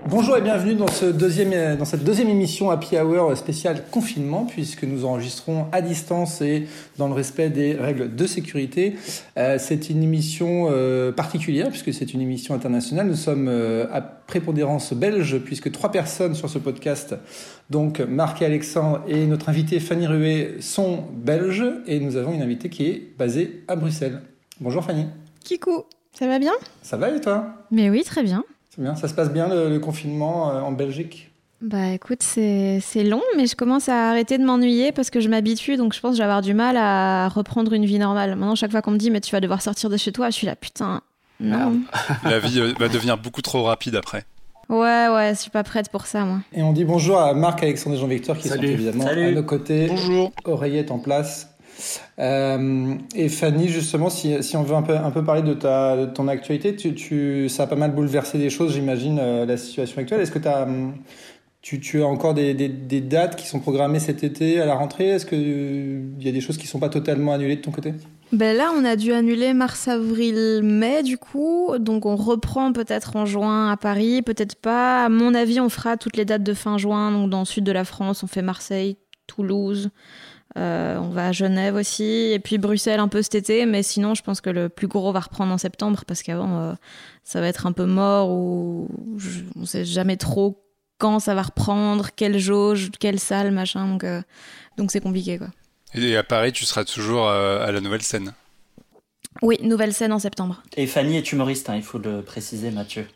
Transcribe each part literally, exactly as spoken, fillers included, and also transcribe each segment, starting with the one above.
Bonjour et bienvenue dans, ce deuxième, dans cette deuxième émission Happy Hour spéciale confinement, puisque nous enregistrons à distance et dans le respect des règles de sécurité. Euh, c'est une émission euh, particulière, puisque c'est une émission internationale. Nous sommes euh, à prépondérance belge, puisque trois personnes sur ce podcast, donc Marc et Alexandre et notre invitée Fanny Ruet, sont belges, et nous avons une invitée qui est basée à Bruxelles. Bonjour Fanny. Kikou, ça va bien ? Ça va et toi ? Mais oui, très bien. C'est bien, ça se passe bien le, le confinement euh, en Belgique ? Bah écoute, c'est, c'est long, mais je commence à arrêter de m'ennuyer parce que je m'habitue, donc je pense que je vais avoir du mal à reprendre une vie normale. Maintenant, chaque fois qu'on me dit « mais tu vas devoir sortir de chez toi », je suis là « putain, non ». La vie va devenir beaucoup trop rapide après. Ouais, ouais, je suis pas prête pour ça, moi. Et on dit bonjour à Marc, Alexandre et Jean-Victor qui Salut. sont évidemment Salut. à nos côtés. Bonjour. Oreillette en place. Euh, et Fanny, justement, si, si on veut un peu, un peu parler de, ta, de ton actualité, tu, tu, ça a pas mal bouleversé des choses, j'imagine, euh, la situation actuelle. Est-ce que t'as, tu, tu as encore des, des, des dates qui sont programmées cet été à la rentrée ? Est-ce qu'il euh, y a des choses qui ne sont pas totalement annulées de ton côté ? Ben là, on a dû annuler mars, avril, mai, du coup. Donc, on reprend peut-être en juin à Paris, peut-être pas. À mon avis, on fera toutes les dates de fin juin. Donc, dans le sud de la France, on fait Marseille, Toulouse. Euh, on va à Genève aussi. Et puis, Bruxelles un peu cet été. Mais sinon, je pense que le plus gros va reprendre en septembre parce qu'avant, euh, ça va être un peu mort ou je, on ne sait jamais trop quand ça va reprendre, quelle jauge, quelle salle, machin. Donc, euh, donc c'est compliqué, quoi. Et à Paris, tu seras toujours à la nouvelle scène. Oui, nouvelle scène en septembre. Et Fanny est humoriste, hein, il faut le préciser, Mathieu.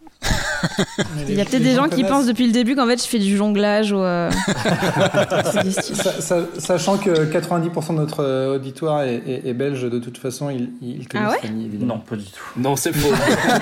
Il y a peut-être des gens qui pensent depuis le début qu'en fait je fais du jonglage ou euh... Sa- sa- Sachant que quatre-vingt-dix pour cent de notre euh, auditoire est, est, est belge, de toute façon, ils, ils connaissent Ah ouais Fanny, évidemment. Non, pas du tout. Non, c'est faux.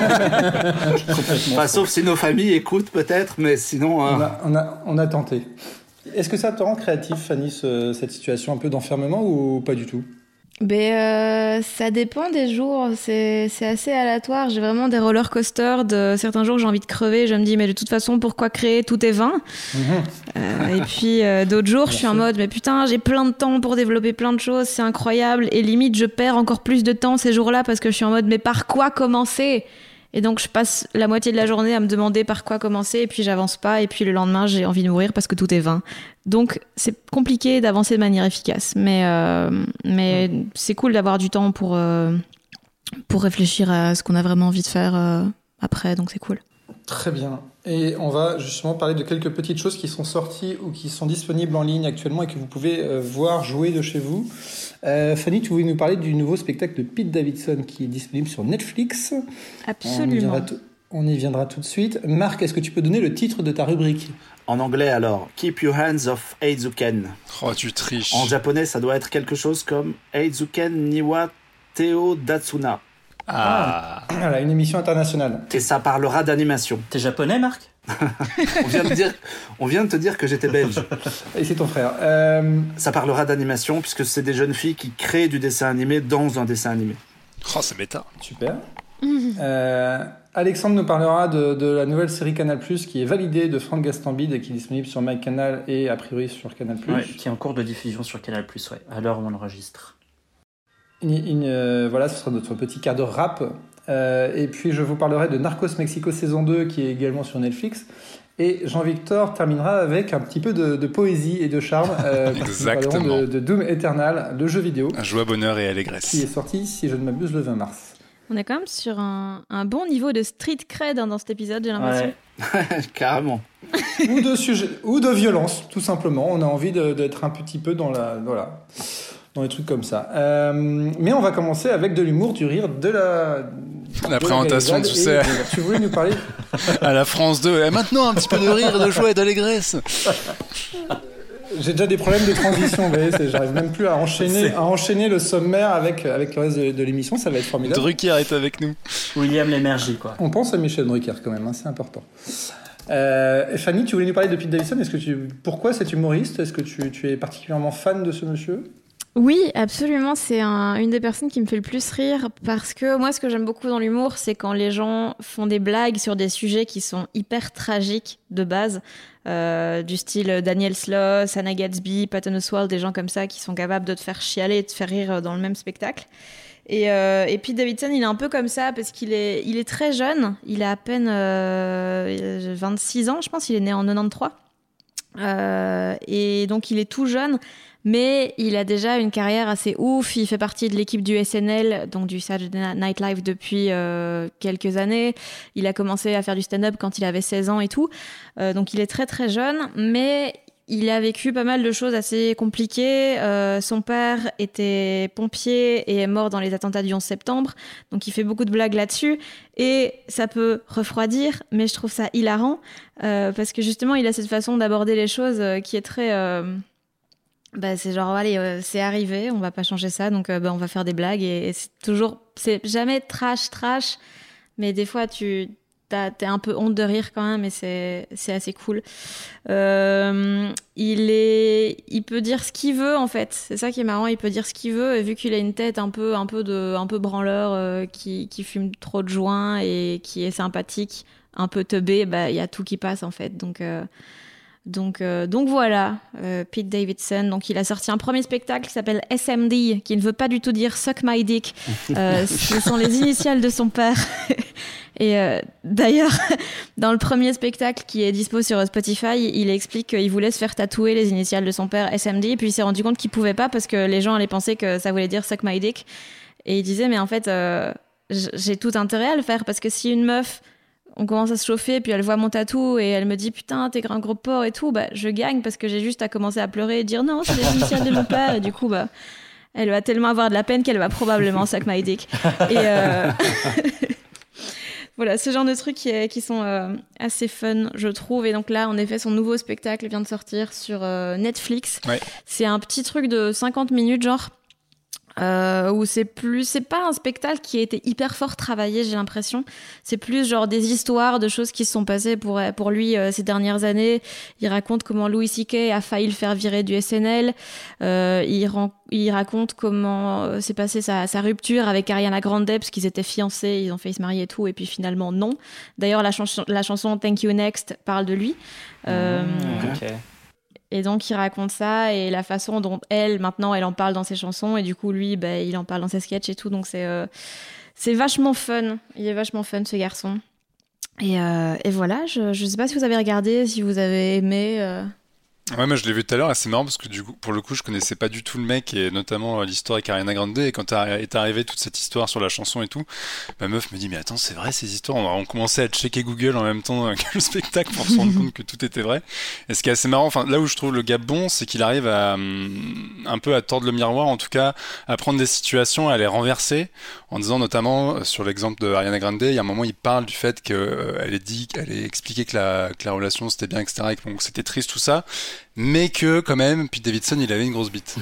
Enfin, sauf si nos familles écoutent peut-être, mais sinon... On Hein... a, on, a, on a tenté. Est-ce que ça te rend créatif, Fanny, ce, cette situation un peu d'enfermement ou pas du tout ? Ben, euh, ça dépend des jours, c'est, c'est assez aléatoire. J'ai vraiment des roller coasters. De certains jours, j'ai envie de crever. Je me dis, mais de toute façon, pourquoi créer ? Tout est vain. Mmh. Euh, et puis, euh, d'autres jours, je suis en mode, mais putain, j'ai plein de temps pour développer plein de choses, c'est incroyable. Et limite, je perds encore plus de temps ces jours-là parce que je suis en mode, mais par quoi commencer ? Et donc, je passe la moitié de la journée à me demander par quoi commencer, et puis j'avance pas, et puis le lendemain, j'ai envie de mourir parce que tout est vain. Donc, c'est compliqué d'avancer de manière efficace, mais, euh, mais mmh. c'est cool d'avoir du temps pour, euh, pour réfléchir à ce qu'on a vraiment envie de faire euh, après, donc c'est cool. Très bien. Et on va justement parler de quelques petites choses qui sont sorties ou qui sont disponibles en ligne actuellement et que vous pouvez euh, voir jouer de chez vous. Euh, Fanny, tu voulais nous parler du nouveau spectacle de Pete Davidson qui est disponible sur Netflix. Absolument. On y viendra tout, on y viendra tout de suite. Marc, est-ce que tu peux donner le titre de ta rubrique ? En anglais alors, Keep Your Hands Off Eizuken. Oh, tu triches. En japonais, ça doit être quelque chose comme Eizuken Niwa Teo Datsuna. Ah. Voilà, une émission internationale. Et ça parlera d'animation. T'es japonais, Marc ? on, vient de dire, on vient de te dire que j'étais belge. Et c'est ton frère. Euh... Ça parlera d'animation puisque c'est des jeunes filles qui créent du dessin animé dans un dessin animé. Oh, c'est méta. Super. euh, Alexandre nous parlera de, de la nouvelle série Canal+, qui est validée de Franck Gastambide et qui est disponible sur MyCanal et a priori sur Canal+. Ouais, qui est en cours de diffusion sur Canal+, ouais, à l'heure où on enregistre. Une, une, euh, voilà, ce sera notre petit quart d'heure rap. Euh, et puis je vous parlerai de Narcos Mexico saison deux qui est également sur Netflix. Et Jean-Victor terminera avec un petit peu de, de poésie et de charme. Euh, Exactement. Nous parlerons de, de Doom Eternal, le jeu vidéo. Un joie, bonheur et allégresse. Qui est sorti, si je ne m'abuse, le vingt mars. On est quand même sur un, un bon niveau de street cred hein, dans cet épisode, j'ai l'impression. Ouais. Carrément. ou de sujet, ou de violence, tout simplement. On a envie de, d'être un petit peu dans la, voilà, dans les trucs comme ça. Euh, mais on va commencer avec de l'humour, du rire, de la. La présentation, tu sais. Tu voulais nous parler à la France deux. Et maintenant, un petit peu de rire, de joie et d'allégresse. J'ai déjà des problèmes de transition, vous voyez, c'est, j'arrive même plus à enchaîner, à enchaîner le sommaire avec, avec le reste de, de l'émission, ça va être formidable. Drucker est avec nous. William Lémergie, quoi. On pense à Michel Drucker quand même, hein, c'est important. Euh, Fanny, tu voulais nous parler de Pete Davidson. Est-ce que tu, pourquoi cet humoriste ? Est-ce que tu, tu es particulièrement fan de ce monsieur ? Oui, absolument. C'est un, une des personnes qui me fait le plus rire parce que moi, ce que j'aime beaucoup dans l'humour, c'est quand les gens font des blagues sur des sujets qui sont hyper tragiques de base, euh, du style Daniel Sloss, Hannah Gadsby, Patton Oswalt, des gens comme ça qui sont capables de te faire chialer et de te faire rire dans le même spectacle. Et, euh, et Pete Davidson, il est un peu comme ça parce qu'il est, il est très jeune. Il a à peine euh, vingt-six ans, je pense. Il est né en quatre-vingt-treize. Euh, et donc, il est tout jeune. Mais il a déjà une carrière assez ouf. Il fait partie de l'équipe du S N L, donc du Saturday Night Live, depuis euh, quelques années. Il a commencé à faire du stand-up quand il avait seize ans et tout. Euh, donc, il est très, très jeune. Mais il a vécu pas mal de choses assez compliquées. Euh, son père était pompier et est mort dans les attentats du onze septembre. Donc, il fait beaucoup de blagues là-dessus. Et ça peut refroidir, mais je trouve ça hilarant. Euh, parce que justement, il a cette façon d'aborder les choses euh, qui est très... Euh, bah, c'est genre, allez, euh, c'est arrivé, on va pas changer ça. Donc, euh, bah, on va faire des blagues. Et, et c'est toujours... C'est jamais trash, trash. Mais des fois, tu... T'as, t'as un peu honte de rire quand même, mais c'est, c'est assez cool. Euh, il est, il peut dire ce qu'il veut en fait. C'est ça qui est marrant. Il peut dire ce qu'il veut et vu qu'il a une tête un peu, un peu de, un peu branleur, euh, qui, qui fume trop de joints et qui est sympathique, un peu teubé, bah il y a tout qui passe en fait. Donc euh, Donc, euh, donc voilà, euh, Pete Davidson. Donc il a sorti un premier spectacle qui s'appelle S M D, qui ne veut pas du tout dire Suck My Dick. Euh, ce sont les initiales de son père. Et euh, d'ailleurs, dans le premier spectacle qui est dispo sur Spotify, il explique qu'il voulait se faire tatouer les initiales de son père, S M D, et puis il s'est rendu compte qu'il pouvait pas parce que les gens allaient penser que ça voulait dire Suck My Dick. Et il disait, mais en fait, euh, j'ai tout intérêt à le faire parce que si une meuf... on commence à se chauffer, puis elle voit mon tatou et elle me dit putain t'es un gros porc et tout, bah je gagne parce que j'ai juste à commencer à pleurer et dire non c'est les initiales de mon père, et du coup bah elle va tellement avoir de la peine qu'elle va probablement suck my dick. Et euh... voilà, ce genre de trucs qui, est, qui sont euh, assez fun, je trouve. Et donc là, en effet, son nouveau spectacle vient de sortir sur euh, Netflix. Ouais. C'est un petit truc de cinquante minutes genre. Euh, où c'est plus, c'est pas un spectacle qui a été hyper fort travaillé, j'ai l'impression. C'est plus genre des histoires de choses qui se sont passées pour pour lui euh, ces dernières années. Il raconte comment Louis C K a failli le faire virer du S N L. Euh, il, ran- il raconte comment euh, s'est passée sa, sa rupture avec Ariana Grande parce qu'ils étaient fiancés, ils ont failli se marier et tout, et puis finalement non. D'ailleurs, la chanson, la chanson Thank You Next parle de lui. Euh, Ok. Et donc, il raconte ça et la façon dont elle, maintenant, elle en parle dans ses chansons. Et du coup, lui, bah, il en parle dans ses sketchs et tout. Donc, c'est, euh, c'est vachement fun. Il est vachement fun, ce garçon. Et, euh, et voilà, je ne sais pas si vous avez regardé, si vous avez aimé... Euh... Ouais, moi je l'ai vu tout à l'heure et c'est marrant parce que du coup, pour le coup, je connaissais pas du tout le mec et notamment euh, l'histoire avec Ariana Grande. Et quand t'as- est arrivé toute cette histoire sur la chanson et tout, ma meuf me dit mais attends, c'est vrai ces histoires. On, on commençait à checker Google en même temps euh, que le spectacle pour se rendre compte que tout était vrai. Et ce qui est assez marrant, enfin là où je trouve le gars bon, c'est qu'il arrive à hum, un peu à tordre le miroir, en tout cas à prendre des situations, à les renverser, en disant notamment euh, sur l'exemple de Ariana Grande, il y a un moment il parle du fait que euh, elle ait dit, qu'elle ait expliqué que la, que la relation c'était bien, et cetera, et que bon, que c'était triste tout ça. Mais que quand même, Pete Davidson, il avait une grosse bite.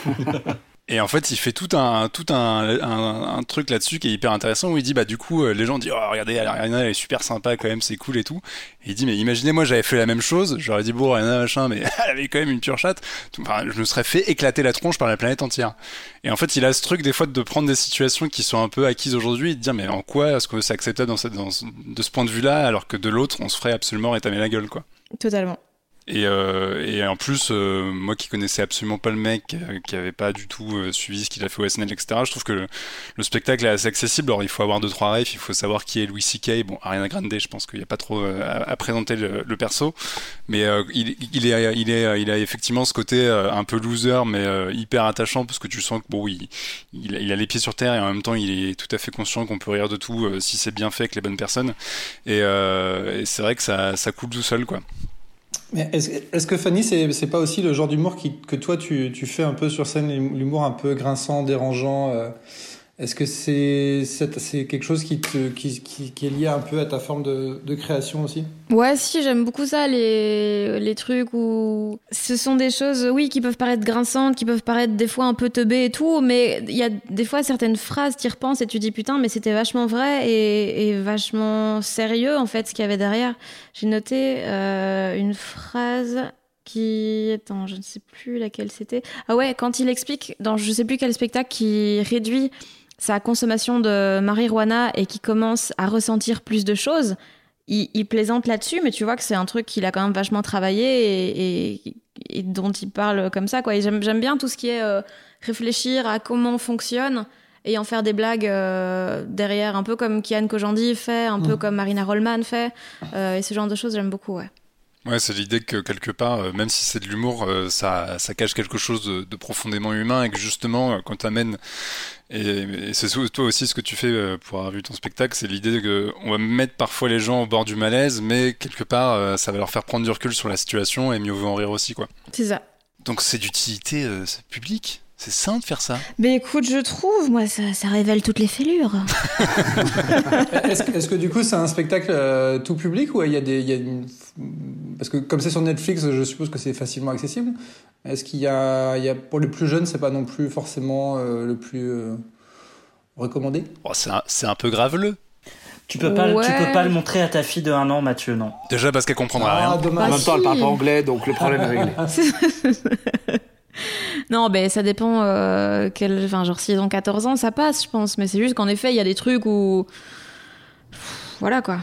Et en fait, il fait tout un tout un, un, un truc là-dessus qui est hyper intéressant où il dit bah du coup euh, les gens disent oh regardez Ariana elle est super sympa quand même, c'est cool et tout. Et il dit mais imaginez moi j'avais fait la même chose, j'aurais dit bon Ariana machin mais elle avait quand même une pure chatte. Enfin, je me serais fait éclater la tronche par la planète entière. Et en fait il a ce truc des fois de prendre des situations qui sont un peu acquises aujourd'hui et de dire mais en quoi est-ce que c'est acceptable dans cette, dans, de ce point de vue-là alors que de l'autre on se ferait absolument rétamer la gueule quoi. Totalement. Et, euh, et en plus, euh, moi qui connaissais absolument pas le mec, euh, qui avait pas du tout euh, suivi ce qu'il a fait au S N L, et cetera, je trouve que le, le spectacle est assez accessible. Alors il faut avoir deux trois refs, il faut savoir qui est Louis C K. Bon, Ariana Grande, je pense qu'il y a pas trop euh, à, à présenter le, le perso, mais euh, il, il est, il est, il a effectivement ce côté euh, un peu loser, mais euh, hyper attachant parce que tu sens que bon, il, il, il a les pieds sur terre et en même temps il est tout à fait conscient qu'on peut rire de tout euh, si c'est bien fait avec les bonnes personnes. Et, euh, et c'est vrai que ça, ça coule tout seul, quoi. Mais est-ce, est-ce que Fanny, c'est, c'est pas aussi le genre d'humour qui, que toi tu, tu fais un peu sur scène, l'humour un peu grinçant, dérangeant euh, est-ce que c'est, c'est, c'est quelque chose qui, te, qui, qui, qui est lié un peu à ta forme de, de création aussi ? Ouais, si, j'aime beaucoup ça, les, les trucs où ce sont des choses, oui, qui peuvent paraître grinçantes, qui peuvent paraître des fois un peu teubées et tout, mais il y a des fois certaines phrases, tu y repenses et tu dis putain, mais c'était vachement vrai et, et vachement sérieux en fait ce qu'il y avait derrière. J'ai noté euh, une phrase qui... Attends, je ne sais plus laquelle c'était. Ah ouais, quand il explique dans je sais plus quel spectacle qui réduit sa consommation de marijuana et qui commence à ressentir plus de choses. Il, il plaisante là-dessus, mais tu vois que c'est un truc qu'il a quand même vachement travaillé et, et, et dont il parle comme ça, quoi. Et j'aime, j'aime bien tout ce qui est euh, réfléchir à comment on fonctionne et en faire des blagues euh, derrière, un peu comme Kian Kojandi fait, un mmh. peu comme Marina Rollman fait, euh, et ce genre de choses, j'aime beaucoup, ouais. Ouais, c'est l'idée que quelque part, euh, même si c'est de l'humour, euh, ça, ça cache quelque chose de, de profondément humain et que justement, euh, quand t'amènes, et, et c'est toi aussi ce que tu fais euh, pour avoir vu ton spectacle, c'est l'idée qu'on va mettre parfois les gens au bord du malaise, mais quelque part, euh, ça va leur faire prendre du recul sur la situation et mieux vaut en rire aussi, quoi. C'est ça. Donc c'est d'utilité euh, publique. C'est sain de faire ça. Mais écoute, je trouve, moi, ça, ça révèle toutes les fêlures. est-ce, que, est-ce que du coup, c'est un spectacle euh, tout public ou il y a des, il y a une... parce que comme c'est sur Netflix, je suppose que c'est facilement accessible. Est-ce qu'il y a, il y a pour les plus jeunes, c'est pas non plus forcément euh, le plus euh, recommandé? Oh, c'est, un, c'est un peu graveleux. Tu peux pas, ouais. tu peux pas le montrer à ta fille de un an, Mathieu, non. Déjà parce qu'elle comprendra ah, rien. Dommage. En même temps, elle parle pas anglais, donc le problème est réglé. Non, ben ça dépend. Euh, quel... Enfin, genre, s'ils ont quatorze ans, ça passe, je pense. Mais c'est juste qu'en effet, il y a des trucs où. Pff, voilà, quoi.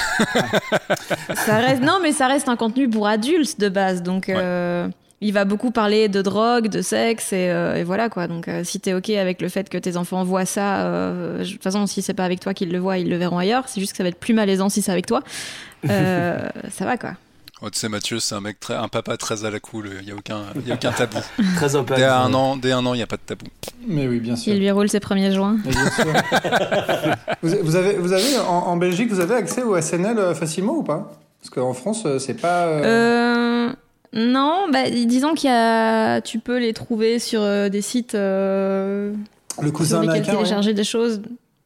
Ça reste... Non, mais ça reste un contenu pour adultes de base. Donc, ouais. euh, il va beaucoup parler de drogue, de sexe, et, euh, et voilà, quoi. Donc, euh, si t'es OK avec le fait que tes enfants voient ça, euh, de toute façon, si c'est pas avec toi qu'ils le voient, ils le verront ailleurs. C'est juste que ça va être plus malaisant si c'est avec toi. Euh, ça va, quoi. Oh, tu sais, Mathieu, c'est un mec très, un papa très à la cool. Il y a aucun, il y a aucun tabou. Très open. Dès un an, dès un an, il y a pas de tabou. Mais oui, bien sûr. Il lui roule ses premiers joints. Mais bien sûr. vous, vous avez, vous avez en, en Belgique, vous avez accès au S N L facilement ou pas? Parce qu'en France, c'est pas. Euh... Euh, non, bah, disons qu'il y a, tu peux les trouver sur euh, des sites. Euh, Le cousin sur lesquels américain. télécharger Ouais. des choses.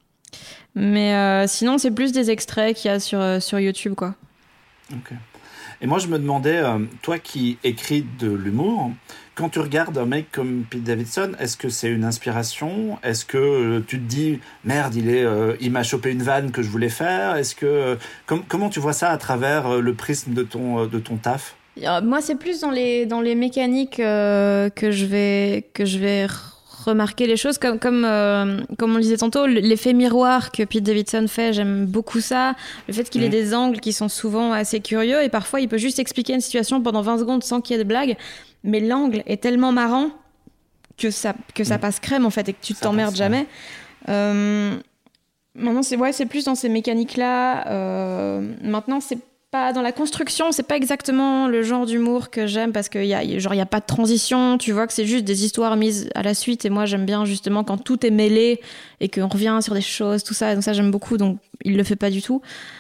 Mais euh, sinon, c'est plus des extraits qu'il y a sur euh, sur YouTube, quoi. Ok. Et moi, je me demandais, euh, toi qui écris de l'humour, quand tu regardes un mec comme Pete Davidson, est-ce que c'est une inspiration? Est-ce que euh, tu te dis, merde, il, est, euh, il m'a chopé une vanne que je voulais faire? Est-ce que, euh, com- comment tu vois ça à travers euh, le prisme de ton, euh, de ton taf? Euh, Moi, c'est plus dans les dans les mécaniques euh, que je vais que je vais remarquer les choses, comme comme euh, comme on le disait tantôt, l'effet miroir que Pete Davidson fait, j'aime beaucoup ça. Le fait qu'il mmh. ait des angles qui sont souvent assez curieux, et parfois il peut juste expliquer une situation pendant vingt secondes sans qu'il y ait de blague, mais l'angle est tellement marrant que ça que ça mmh. passe crème en fait, et que tu ça t'emmerdes passe, jamais. Ouais. Euh, maintenant, c'est ouais, c'est plus dans ces mécaniques là. Euh, maintenant, c'est pas dans la construction, c'est pas exactement le genre d'humour que j'aime, parce qu'il y a, genre, il y a pas de transition, tu vois que c'est juste des histoires mises à la suite, et moi j'aime bien justement quand tout est mêlé et qu'on revient sur des choses, tout ça, et donc ça j'aime beaucoup, donc il le fait pas du tout.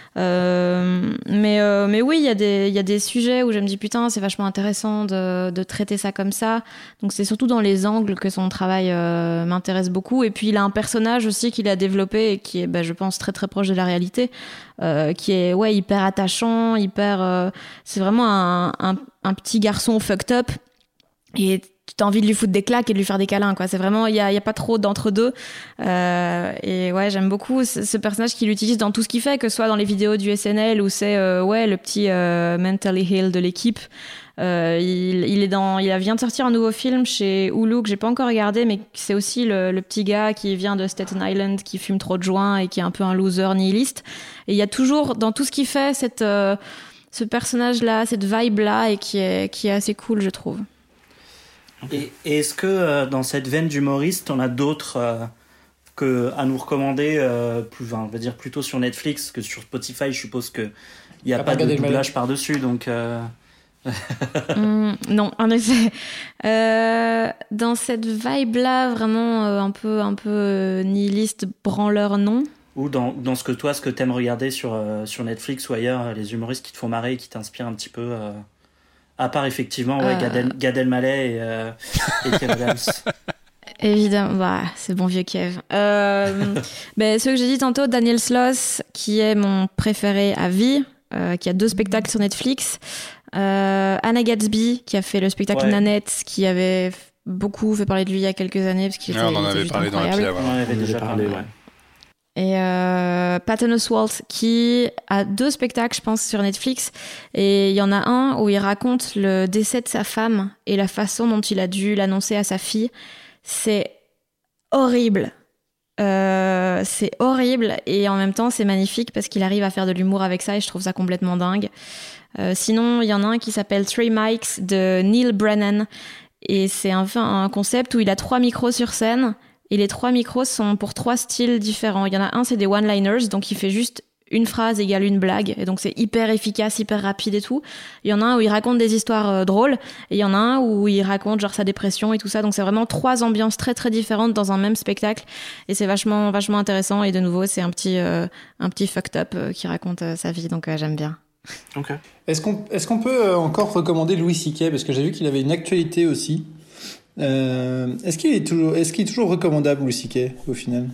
Euh, mais, euh, mais oui, il y a des, il y a des sujets où je me dis putain, c'est vachement intéressant de, de traiter ça comme ça. Donc c'est surtout dans les angles que son travail euh, m'intéresse beaucoup. Et puis il a un personnage aussi qu'il a développé et qui est, bah, je pense, très très proche de la réalité, euh, qui est ouais, hyper attachant, hyper. Euh, c'est vraiment un, un, un petit garçon fucked up. Et t'as envie de lui foutre des claques et de lui faire des câlins, quoi. C'est vraiment, il y a, y a pas trop d'entre-deux. Euh, et ouais, j'aime beaucoup ce, ce personnage qu'il utilise dans tout ce qu'il fait, que ce soit dans les vidéos du S N L où c'est euh, ouais, le petit euh, mentally ill de l'équipe. Euh, il, il est dans, il vient de sortir un nouveau film chez Hulu que j'ai pas encore regardé, mais c'est aussi le, le petit gars qui vient de Staten Island, qui fume trop de joints et qui est un peu un loser nihiliste. Et il y a toujours dans tout ce qu'il fait cette, euh, ce personnage-là, cette vibe-là, et qui est, qui est assez cool, je trouve. Et, et est-ce que euh, dans cette veine d'humoriste, on a d'autres euh, que, à nous recommander, euh, plus, enfin, on va dire plutôt sur Netflix que sur Spotify? Je suppose qu'il n'y a ah, pas de doublage par-dessus, donc... Euh... mmh, non, en effet. Euh, dans cette vibe-là, vraiment euh, un peu, un peu euh, nihiliste, branleur, non. Ou dans, dans ce que toi, ce que t'aimes regarder sur, euh, sur Netflix ou ailleurs, les humoristes qui te font marrer et qui t'inspirent un petit peu... Euh... À part effectivement ouais, euh... Gad, El- Gad Elmaleh et, euh, et Kev Adams. Évidemment, bah, c'est bon vieux Kev. Euh, ben, ce que j'ai dit tantôt, Daniel Sloss, qui est mon préféré à vie, euh, qui a deux spectacles sur Netflix. Euh, Anna Gatsby, qui a fait le spectacle ouais. Nanette, qui avait beaucoup fait parler de lui il y a quelques années. Parce qu'il ouais, était, on en avait parlé incroyable. Dans la On en avait déjà parlé, ouais. Et euh, Patton Oswalt, qui a deux spectacles, je pense, sur Netflix. Et il y en a un où il raconte le décès de sa femme et la façon dont il a dû l'annoncer à sa fille. C'est horrible. Euh, c'est horrible. Et en même temps, c'est magnifique parce qu'il arrive à faire de l'humour avec ça, et je trouve ça complètement dingue. Euh, sinon, il y en a un qui s'appelle Three Mics de Neil Brennan. Et c'est un, un concept où il a trois micros sur scène. Et les trois micros sont pour trois styles différents. Il y en a un, c'est des one-liners, donc il fait juste une phrase égale une blague. Et donc c'est hyper efficace, hyper rapide et tout. Il y en a un où il raconte des histoires euh, drôles. Et il y en a un où il raconte genre sa dépression et tout ça. Donc c'est vraiment trois ambiances très très différentes dans un même spectacle. Et c'est vachement, vachement intéressant. Et de nouveau, c'est un petit, euh, un petit fucked up euh, qui raconte euh, sa vie. Donc euh, j'aime bien. Ok. Est-ce qu'on, est-ce qu'on peut euh, encore recommander Louis C K parce que j'ai vu qu'il avait une actualité aussi. Euh, est-ce qu'il est toujours, est-ce qu'il est toujours recommandable Louis C K au final?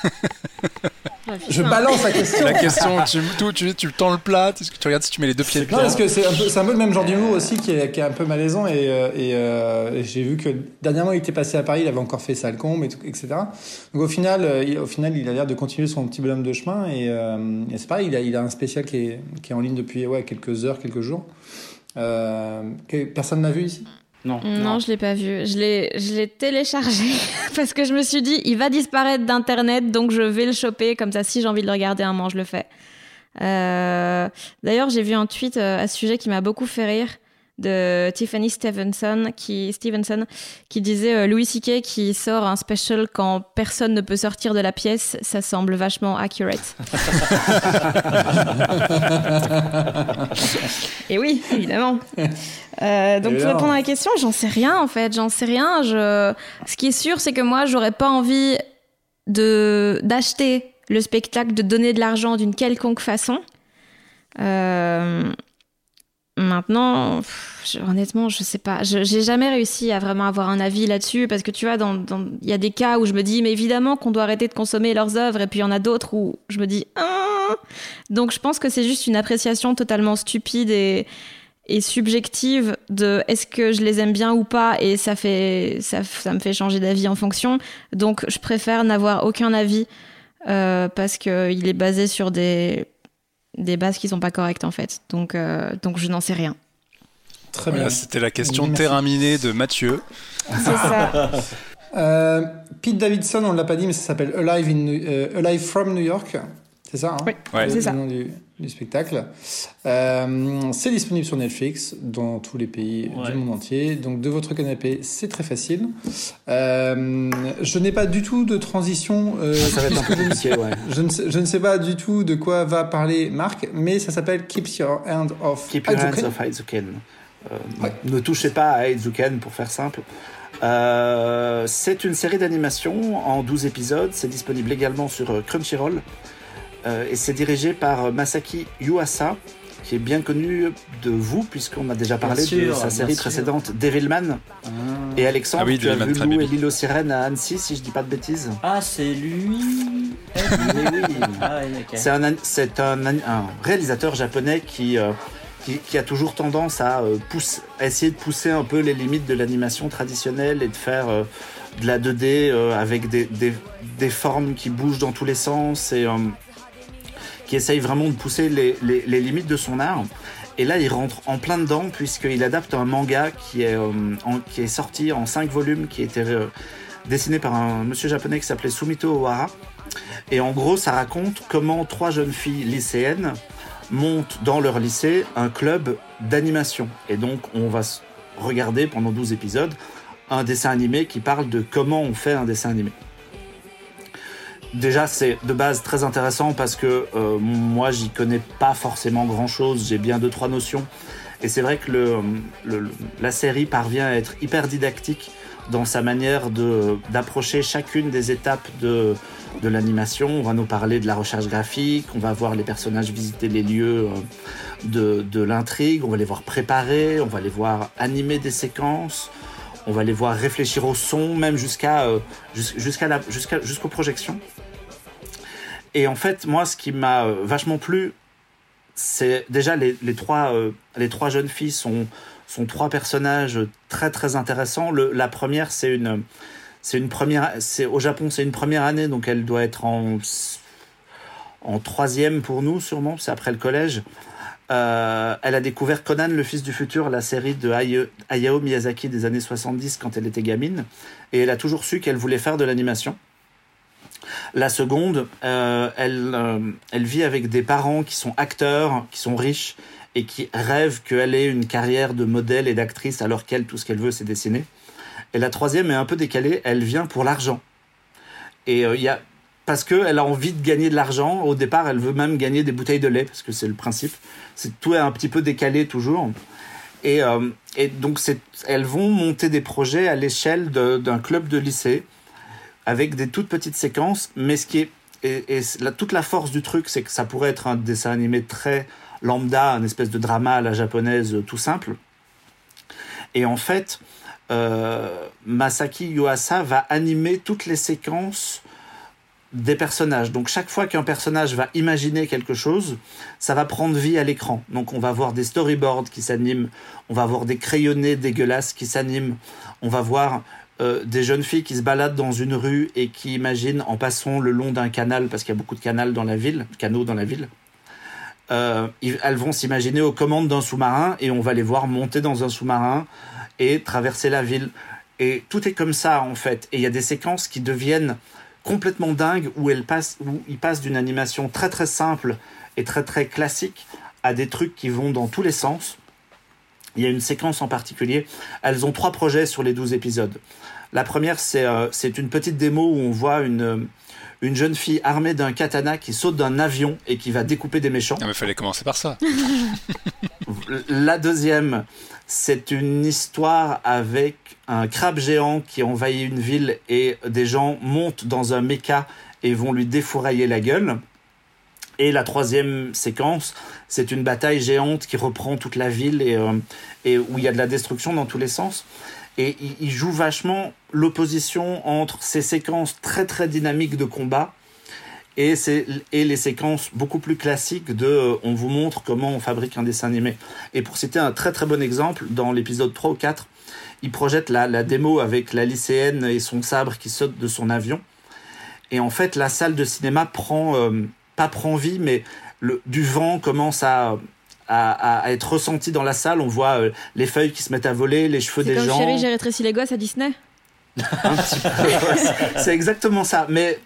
Je balance la question. La question, tu, tu, tu, tu tends le plat, tu, tu regardes si tu mets les deux pieds de Non, parce que c'est un peu, c'est un peu le même genre d'humour aussi qui est, qui est un peu malaisant et, et, euh, et j'ai vu que dernièrement il était passé à Paris, il avait encore fait Salcombe, et, et cetera. Donc au final, il, au final, il a l'air de continuer son petit bonhomme de chemin et, euh, et c'est pareil, il a, il a un spécial qui est, qui est en ligne depuis ouais, quelques heures, quelques jours. Euh, personne n'a vu ici? Non, non, non, je l'ai pas vu. Je l'ai, je l'ai téléchargé parce que je me suis dit, il va disparaître d'internet, donc je vais le choper. Comme ça, si j'ai envie de le regarder un moment, je le fais. Euh... D'ailleurs, j'ai vu un tweet à ce sujet qui m'a beaucoup fait rire de Tiffany Stevenson qui, Stevenson, qui disait euh, Louis C K qui sort un special quand personne ne peut sortir de la pièce, ça semble vachement accurate. Et oui, évidemment. Euh, donc, pour répondre à la question, j'en sais rien en fait, j'en sais rien. Je... Ce qui est sûr, c'est que moi, j'aurais pas envie de... d'acheter le spectacle, de donner de l'argent d'une quelconque façon. Euh... Maintenant, pff, je, honnêtement, je sais pas. Je, j'ai jamais réussi à vraiment avoir un avis là-dessus parce que tu vois, dans, dans, y a des cas où je me dis, mais évidemment qu'on doit arrêter de consommer leurs œuvres, et puis il y en a d'autres où je me dis, ah. Donc je pense que c'est juste une appréciation totalement stupide et, et subjective de est-ce que je les aime bien ou pas, et ça fait, ça, ça me fait changer d'avis en fonction. Donc je préfère n'avoir aucun avis euh, parce que il est basé sur des des bases qui sont pas correctes en fait, donc euh, donc je n'en sais rien. Très bien. Voilà, c'était la question Merci. terrain miné de Mathieu. C'est ça. euh, Pete Davidson, on l'a pas dit, mais ça s'appelle Alive in uh, Alive from New York. C'est ça, hein? Oui, ouais. c'est ça. Le nom du, du spectacle. Euh, c'est disponible sur Netflix dans tous les pays ouais. du monde entier. Donc, de votre canapé, c'est très facile. Euh, je n'ai pas du tout de transition. Euh, ça va être un peu compliqué, ouais. Je ne, sais, je ne sais pas du tout de quoi va parler Marc, mais ça s'appelle Keep Your Hand Off Keep Your Hands Off Aizuken. Euh, ouais. Ne touchez pas à Aizuken, pour faire simple. Euh, c'est une série d'animation en douze épisodes. C'est disponible également sur Crunchyroll. Euh, et c'est dirigé par Masaki Yuasa, qui est bien connu de vous, puisqu'on a déjà parlé sûr, de sa série précédente Devilman. Ah. Et Alexandre, ah oui, tu as vu Lou et l'île aux sirènes à Annecy, si je dis pas de bêtises. Ah, c'est lui. oui. ah, oui, okay. C'est, un, c'est un, un réalisateur japonais qui, euh, qui, qui a toujours tendance à, euh, pousse, à essayer de pousser un peu les limites de l'animation traditionnelle et de faire euh, de la deux D euh, avec des, des, des formes qui bougent dans tous les sens et... Euh, qui essaye vraiment de pousser les, les, les limites de son art. Et là, il rentre en plein dedans, puisqu'il adapte un manga qui est, euh, en, qui est sorti en cinq volumes, qui était euh, dessiné par un monsieur japonais qui s'appelait Sumito Ohara. Et en gros, ça raconte comment trois jeunes filles lycéennes montent dans leur lycée un club d'animation. Et donc, on va regarder pendant douze épisodes un dessin animé qui parle de comment on fait un dessin animé. Déjà, c'est de base très intéressant parce que euh, moi, j'y connais pas forcément grand-chose. J'ai bien deux, trois notions. Et c'est vrai que le, le, la série parvient à être hyper didactique dans sa manière de, d'approcher chacune des étapes de, de l'animation. On va nous parler de la recherche graphique, on va voir les personnages visiter les lieux de, de l'intrigue, on va les voir préparer, on va les voir animer des séquences, on va les voir réfléchir au son, même jusqu'à, euh, jusqu'à la, jusqu'à, jusqu'aux projections. Et en fait, moi, ce qui m'a vachement plu, c'est déjà les, les, trois, euh, les trois jeunes filles sont, sont trois personnages très très intéressants. Le, la première, c'est une, c'est une première, c'est, au Japon, c'est une première année, donc elle doit être en, en troisième pour nous, sûrement, c'est après le collège. Euh, elle a découvert Conan, le fils du futur, la série de Hayao Miyazaki des années soixante-dix quand elle était gamine, et elle a toujours su qu'elle voulait faire de l'animation. La seconde, euh, elle, euh, elle vit avec des parents qui sont acteurs, qui sont riches et qui rêvent qu'elle ait une carrière de modèle et d'actrice alors qu'elle, tout ce qu'elle veut, c'est dessiner. Et la troisième est un peu décalée, elle vient pour l'argent. Et il euh, y a parce que elle a envie de gagner de l'argent. Au départ, elle veut même gagner des bouteilles de lait parce que c'est le principe. C'est tout est un petit peu décalé toujours. Et, euh, et donc c'est, elles vont monter des projets à l'échelle de, d'un club de lycée avec des toutes petites séquences. Mais ce qui est et, et la, toute la force du truc, c'est que ça pourrait être un dessin animé très lambda, une espèce de drama à la japonaise tout simple. Et en fait, euh, Masaki Yuasa va animer toutes les séquences des personnages. Donc chaque fois qu'un personnage va imaginer quelque chose, ça va prendre vie à l'écran. Donc on va voir des storyboards qui s'animent, on va voir des crayonnés dégueulasses qui s'animent, on va voir euh, des jeunes filles qui se baladent dans une rue et qui imaginent en passant le long d'un canal, parce qu'il y a beaucoup de canaux dans la ville, canaux dans la ville. Euh, elles vont s'imaginer aux commandes d'un sous-marin et on va les voir monter dans un sous-marin et traverser la ville. Et tout est comme ça en fait. Et il y a des séquences qui deviennent complètement dingues où, elles passent, où ils passent d'une animation très très simple et très très classique à des trucs qui vont dans tous les sens. Il y a une séquence en particulier. Elles ont trois projets sur les douze épisodes. La première, c'est, euh, c'est une petite démo où on voit une... une jeune fille armée d'un katana qui saute d'un avion et qui va découper des méchants. Ah mais fallait commencer par ça. La deuxième, c'est une histoire avec un crabe géant qui envahit une ville et des gens montent dans un méca et vont lui défourailler la gueule. Et la troisième séquence, c'est une bataille géante qui reprend toute la ville et, euh, et où il y a de la destruction dans tous les sens. Et il joue vachement l'opposition entre ces séquences très très dynamiques de combat et, ces, et les séquences beaucoup plus classiques de euh, on vous montre comment on fabrique un dessin animé. Et pour citer un très très bon exemple, dans l'épisode trois ou quatre, il projette la, la démo avec la lycéenne et son sabre qui saute de son avion. Et en fait, la salle de cinéma prend, euh, pas prend vie, mais le, du vent commence à... À, à être ressenti dans la salle. On voit euh, les feuilles qui se mettent à voler, les cheveux c'est des gens. C'est comme Chérie, j'ai rétréci les gosses à Disney. Un petit peu, ouais, c'est, c'est exactement ça. Mais,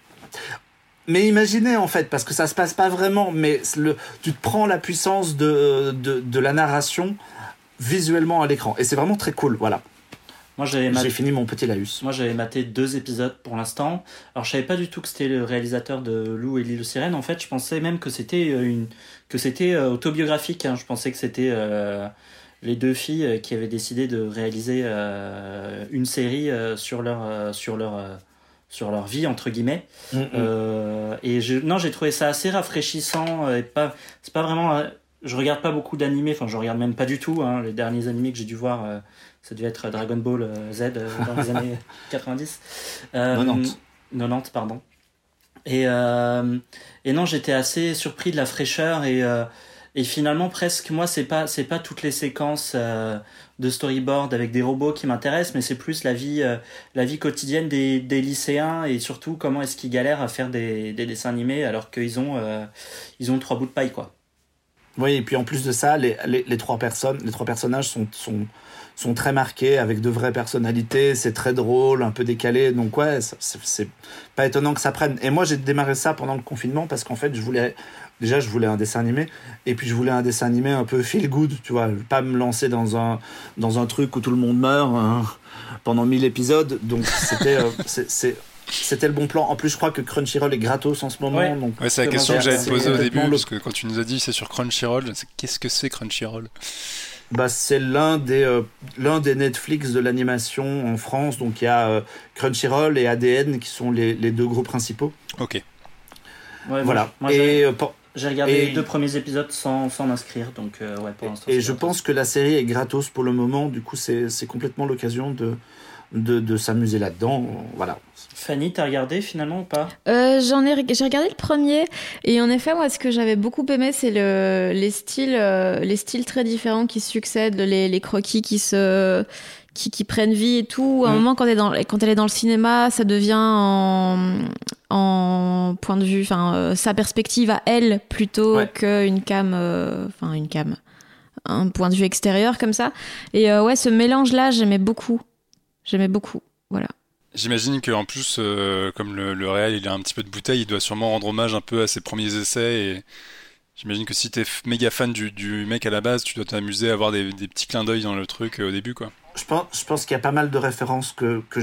mais imaginez en fait, parce que ça se passe pas vraiment, mais le, tu te prends la puissance de, de, de la narration visuellement à l'écran. Et c'est vraiment très cool, voilà. Moi, j'avais maté... J'ai fini mon petit laïus. Moi, j'avais maté deux épisodes pour l'instant. Alors, je savais pas du tout que c'était le réalisateur de Lou et l'île aux sirènes. En fait, je pensais même que c'était une que c'était autobiographique. Hein. Je pensais que c'était euh, les deux filles qui avaient décidé de réaliser euh, une série euh, sur leur euh, sur leur euh, sur leur vie entre guillemets. Mm-hmm. Euh, et je, non, j'ai trouvé ça assez rafraîchissant. Et pas, c'est pas vraiment. Euh, je regarde pas beaucoup d'animés. Enfin, je regarde même pas du tout. Hein. Les derniers animés que j'ai dû voir. Euh, Ça devait être Dragon Ball Z euh, dans les années quatre-vingt-dix. Euh, quatre-vingt-dix. quatre-vingt-dix, pardon. Et, euh, et non, j'étais assez surpris de la fraîcheur et, euh, et finalement presque, moi, c'est pas, c'est pas toutes les séquences euh, de storyboard avec des robots qui m'intéressent, mais c'est plus la vie, euh, la vie quotidienne des, des lycéens et surtout comment est-ce qu'ils galèrent à faire des, des dessins animés alors qu'ils ont, euh, ils ont trois bouts de paille, quoi. Oui, et puis en plus de ça, les, les, les, trois, personnes, les trois personnages sont... sont... sont très marqués, avec de vraies personnalités, c'est très drôle, un peu décalé, donc ouais, c'est, c'est pas étonnant que ça prenne. Et moi, j'ai démarré ça pendant le confinement, parce qu'en fait, je voulais, déjà, je voulais un dessin animé, et puis je voulais un dessin animé un peu feel good, tu vois, pas me lancer dans un, dans un truc où tout le monde meurt hein, pendant mille épisodes, donc c'était, euh, c'est, c'est, c'était le bon plan. En plus, je crois que Crunchyroll est gratos en ce moment. Ouais, donc ouais c'est la question que j'allais te poser au début, le... parce que quand tu nous as dit c'est sur Crunchyroll, c'est... qu'est-ce que c'est Crunchyroll ? Bah, c'est l'un des, euh, l'un des Netflix de l'animation en France. Donc il y a euh, Crunchyroll et A D N qui sont les, les deux gros principaux. Ok. Ouais, voilà. Moi, et, j'ai, euh, pour... j'ai regardé et... les deux premiers épisodes sans, sans m'inscrire. Donc, euh, ouais, pour l'instant. Et je pense que la série est gratos pour le moment. Du coup, c'est, c'est complètement l'occasion de, de, de s'amuser là-dedans. Voilà. Fanny, t'as regardé finalement ou pas ? euh, j'en ai, J'ai regardé le premier et en effet, moi, ce que j'avais beaucoup aimé, c'est le, les, styles, euh, les styles très différents qui succèdent, les, les croquis qui, se, qui, qui prennent vie et tout. À un mmh. moment, quand elle, est dans, quand elle est dans le cinéma, ça devient en, en point de vue, enfin, euh, sa perspective à elle plutôt ouais. qu'une cam, enfin, euh, une cam, un point de vue extérieur comme ça. Et euh, ouais, ce mélange-là, j'aimais beaucoup. J'aimais beaucoup. Voilà. J'imagine qu'en plus, euh, comme le, le réal, il a un petit peu de bouteille, il doit sûrement rendre hommage un peu à ses premiers essais. Et j'imagine que si t'es méga fan du, du mec à la base, tu dois t'amuser à avoir des, des petits clins d'œil dans le truc euh, au début, quoi. Je pense, je pense qu'il y a pas mal de références que, que j'ai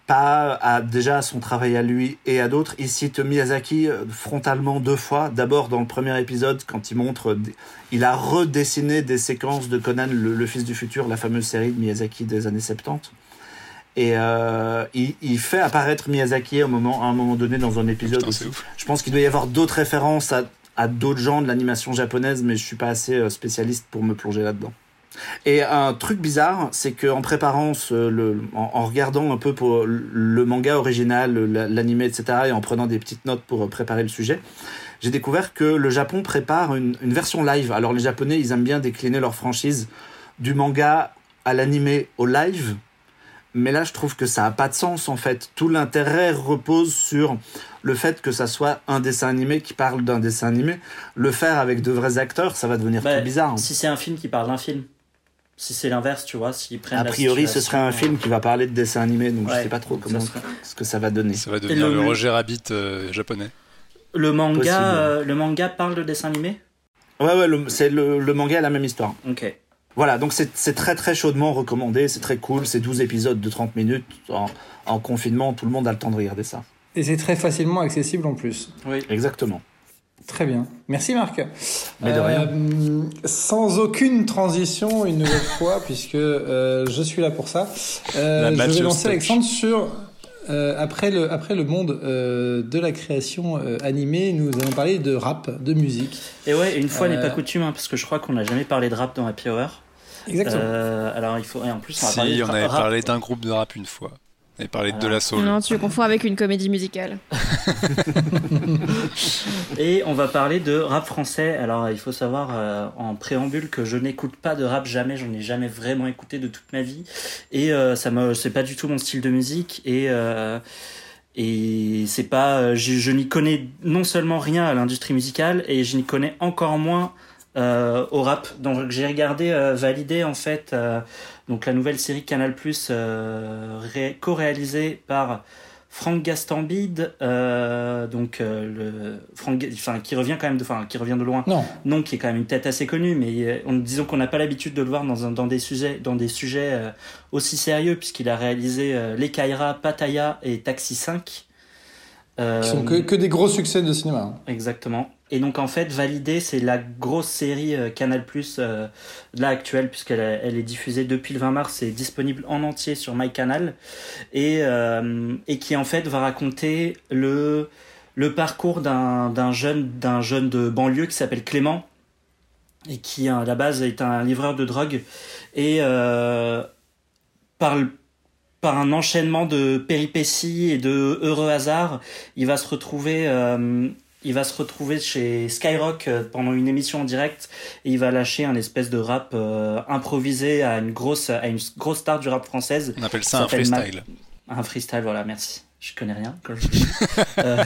pas à, déjà à son travail à lui et à d'autres. Il cite Miyazaki frontalement deux fois. D'abord dans le premier épisode, quand il montre, il a redessiné des séquences de Conan, le, le fils du futur, la fameuse série de Miyazaki des années soixante-dix. Et euh, il, il fait apparaître Miyazaki à un moment, à un moment donné dans un épisode. Putain, aussi. Je pense qu'il doit y avoir d'autres références à, à d'autres gens de l'animation japonaise, mais je suis pas assez spécialiste pour me plonger là-dedans. Et un truc bizarre, c'est qu'en préparant ce, le, en, en regardant un peu pour le manga original, l'animé, et cetera, et en prenant des petites notes pour préparer le sujet, j'ai découvert que le Japon prépare une, une version live. Alors les Japonais, ils aiment bien décliner leur franchise du manga à l'animé au live, mais là je trouve que ça n'a pas de sens en fait. Tout l'intérêt repose sur le fait que ça soit un dessin animé qui parle d'un dessin animé. Le faire avec de vrais acteurs, ça va devenir bah, trop bizarre. Si c'est un film qui parle d'un film. Si c'est l'inverse, tu vois, s'ils prennent a priori, ce serait un film qui va parler de dessin animé, donc ouais, je sais pas trop comment serait... ce que ça va donner. Ça va devenir le, le Roger Rabbit euh, japonais. Le manga, euh, le manga parle de dessin animé ? Ouais, ouais, le, c'est le, le manga a la même histoire. Ok. Voilà, donc c'est, c'est très très chaudement recommandé, c'est très cool, c'est douze épisodes de trente minutes. En, en confinement, tout le monde a le temps de regarder ça. Et c'est très facilement accessible en plus. Oui. Exactement. Très bien. Merci Marc. Mais de rien. Euh, sans aucune transition une nouvelle fois, puisque euh, je suis là pour ça. Euh, je vais lancer Alexandre sur... Euh, après, le, après le monde euh, de la création euh, animée, nous allons parler de rap, de musique. Et ouais, une fois euh... n'est pas coutume, hein, parce que je crois qu'on n'a jamais parlé de rap dans Happy Hour. Exactement. Euh, alors il faut... Et en plus, on si, on avait rap. parlé d'un groupe de rap une fois. On avait parlé voilà. de la soul. Non, tu confonds avec une comédie musicale. Et on va parler de rap français. Alors, il faut savoir euh, en préambule que je n'écoute pas de rap jamais. J'en ai jamais vraiment écouté de toute ma vie. Et euh, ça me, c'est pas du tout mon style de musique. Et euh, et c'est pas, je, je n'y connais non seulement rien à l'industrie musicale, et je n'y connais encore moins euh, au rap. Donc j'ai regardé euh, Validé en fait. Euh, Donc la nouvelle série Canal+, euh, ré- co-réalisée par Franck Gastambide, euh, donc euh, le Franck, enfin qui revient quand même de, enfin qui revient de loin. Non. Non, qui est quand même une tête assez connue, mais on, disons qu'on n'a pas l'habitude de le voir dans un, dans des sujets, dans des sujets euh, aussi sérieux, puisqu'il a réalisé euh, Les Kaira, Pattaya et Taxi cinq. Euh, qui sont que, que des gros succès de cinéma. Exactement. Et donc en fait, Validé, c'est la grosse série euh, Canal+, euh, là actuelle, puisqu'elle elle est diffusée depuis le vingt mars, et disponible en entier sur MyCanal, et euh, et qui en fait va raconter le le parcours d'un d'un jeune d'un jeune de banlieue qui s'appelle Clément, et qui à la base est un livreur de drogue, et euh, par le par un enchaînement de péripéties et de heureux hasards, il va se retrouver, euh, il va se retrouver chez Skyrock pendant une émission en direct, et il va lâcher un espèce de rap euh, improvisé à une grosse, à une grosse star du rap française. On appelle ça un freestyle. Ma... Un freestyle, voilà, merci. Je connais rien quand je dis. euh,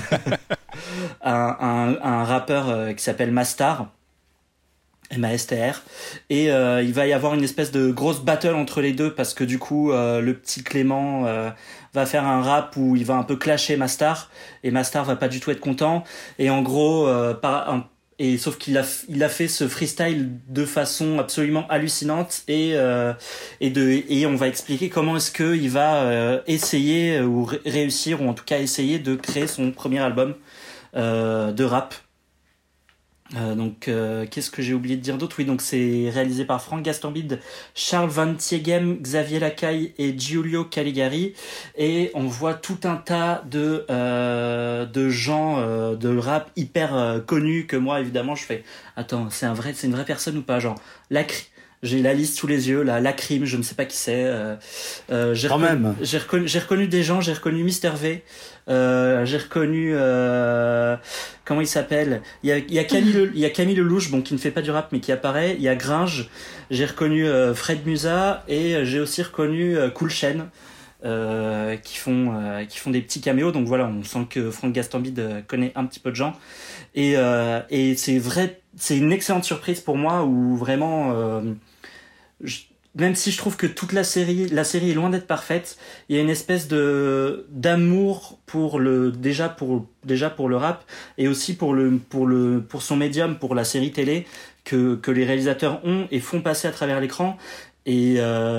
un, un, un rappeur euh, qui s'appelle Mastar. M A S T R, et euh, il va y avoir une espèce de grosse battle entre les deux, parce que du coup euh, le petit Clément euh, va faire un rap où il va un peu clasher Mastar, et Mastar va pas du tout être content, et en gros euh, par un, et sauf qu'il a il a fait ce freestyle de façon absolument hallucinante, et euh, et de et on va expliquer comment est-ce que il va euh, essayer ou ré- réussir ou en tout cas essayer de créer son premier album euh, de rap. Euh, donc euh, qu'est-ce que j'ai oublié de dire d'autre ? Oui, donc c'est réalisé par Franck Gastambide, Charles Van Tiegem, Xavier Lacaille et Giulio Caligari, et on voit tout un tas de euh, de gens euh, de rap hyper euh, connus que moi évidemment je fais attends, c'est un vrai c'est une vraie personne ou pas, genre Lacry. J'ai la liste sous les yeux, là, la crime, je ne sais pas qui c'est. Euh, euh, j'ai, Quand reconnu, même. j'ai, reconnu, j'ai reconnu des gens, j'ai reconnu Mister V, euh, j'ai reconnu... Euh, comment il s'appelle ? Il y a, il y a Camille, Le, il y a Camille Lelouch, bon, qui ne fait pas du rap, mais qui apparaît. Il y a Gringe, j'ai reconnu euh, Fred Musa, et j'ai aussi reconnu euh, Cool Chain, euh, qui, font, euh, qui font des petits caméos. Donc voilà, on sent que Franck Gastambide connaît un petit peu de gens. Et, euh, et c'est vrai, c'est une excellente surprise pour moi, où vraiment... Euh, Je, même si je trouve que toute la série, la série est loin d'être parfaite, il y a une espèce de d'amour pour le déjà pour déjà pour le rap, et aussi pour le pour le pour son médium, pour la série télé que que les réalisateurs ont et font passer à travers l'écran. Et euh,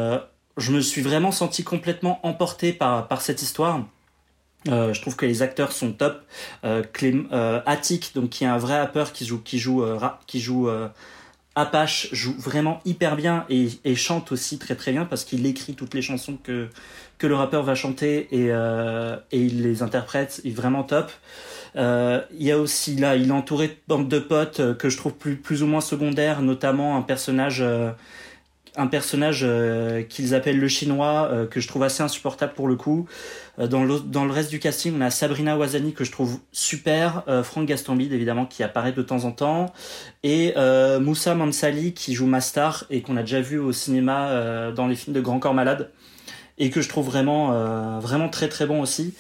je me suis vraiment senti complètement emporté par, par cette histoire. Euh, je trouve que les acteurs sont top. Euh, Clem, euh, Attic, donc qui est un vrai rappeur qui joue, qui joue, euh, rap, qui joue euh, Apache, joue vraiment hyper bien et, et chante aussi très très bien parce qu'il écrit toutes les chansons que que le rappeur va chanter et euh, et il les interprète. Il est vraiment top. Euh, il y a aussi là, il est entouré de bande de potes euh, que je trouve plus plus ou moins secondaires, notamment un personnage. Euh, un personnage euh, qu'ils appellent le chinois euh, que je trouve assez insupportable pour le coup. Euh, dans, le, dans le reste du casting, on a Sabrina Ouazani que je trouve super, euh, Franck Gastambide évidemment qui apparaît de temps en temps et euh, Moussa Mansali qui joue Mastar et qu'on a déjà vu au cinéma euh, dans les films de Grand Corps Malade et que je trouve vraiment euh, vraiment très très bon aussi.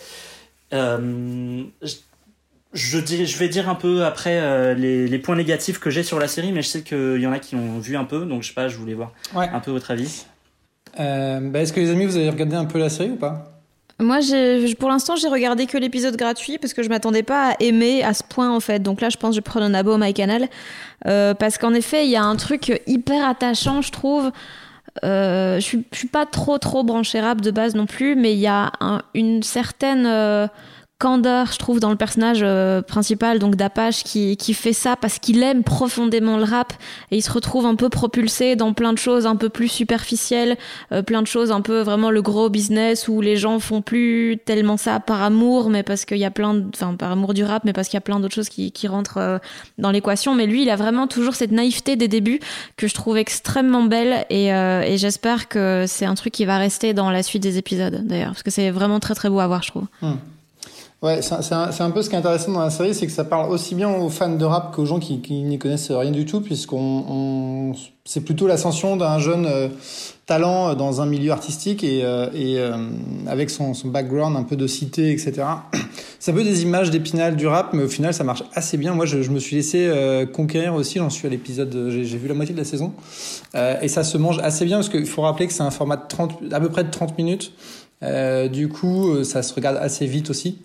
Euh, je, Je, dis, je vais dire un peu après euh, les, les points négatifs que j'ai sur la série, mais je sais qu'il y en a qui l'ont vu un peu, donc je sais pas, je voulais voir ouais. un peu votre avis. Euh, bah est-ce que les amis, vous avez regardé un peu la série ou pas ? Moi, j'ai, pour l'instant, j'ai regardé que l'épisode gratuit parce que je m'attendais pas à aimer à ce point en fait. Donc là, je pense que je prends un abo au MyCanal euh, parce qu'en effet, il y a un truc hyper attachant, je trouve. Euh, je suis, je suis pas trop trop branchée rap de base non plus, mais il y a un, une certaine euh, candeur, je trouve, dans le personnage euh, principal, donc d'Apache, qui, qui fait ça parce qu'il aime profondément le rap et il se retrouve un peu propulsé dans plein de choses un peu plus superficielles, euh, plein de choses un peu vraiment le gros business où les gens font plus tellement ça par amour, mais parce qu'il y a plein de, enfin par amour du rap, mais parce qu'il y a plein d'autres choses qui, qui rentrent euh, dans l'équation. Mais lui, il a vraiment toujours cette naïveté des débuts que je trouve extrêmement belle et, euh, et j'espère que c'est un truc qui va rester dans la suite des épisodes d'ailleurs, parce que c'est vraiment très très beau à voir, je trouve. Hum. Ouais, c'est un, c'est un peu ce qui est intéressant dans la série, c'est que ça parle aussi bien aux fans de rap qu'aux gens qui, qui n'y connaissent rien du tout, puisqu'on on, c'est plutôt l'ascension d'un jeune euh, talent dans un milieu artistique et, euh, et euh, avec son, son background un peu de cité, et cetera. C'est un peu des images d'Épinal du rap, mais au final, ça marche assez bien. Moi, je, je me suis laissé euh, conquérir aussi. J'en suis à l'épisode, j'ai, j'ai vu la moitié de la saison, euh, et ça se mange assez bien parce qu'il faut rappeler que c'est un format de trente, à peu près de trente minutes. Euh, du coup, ça se regarde assez vite aussi.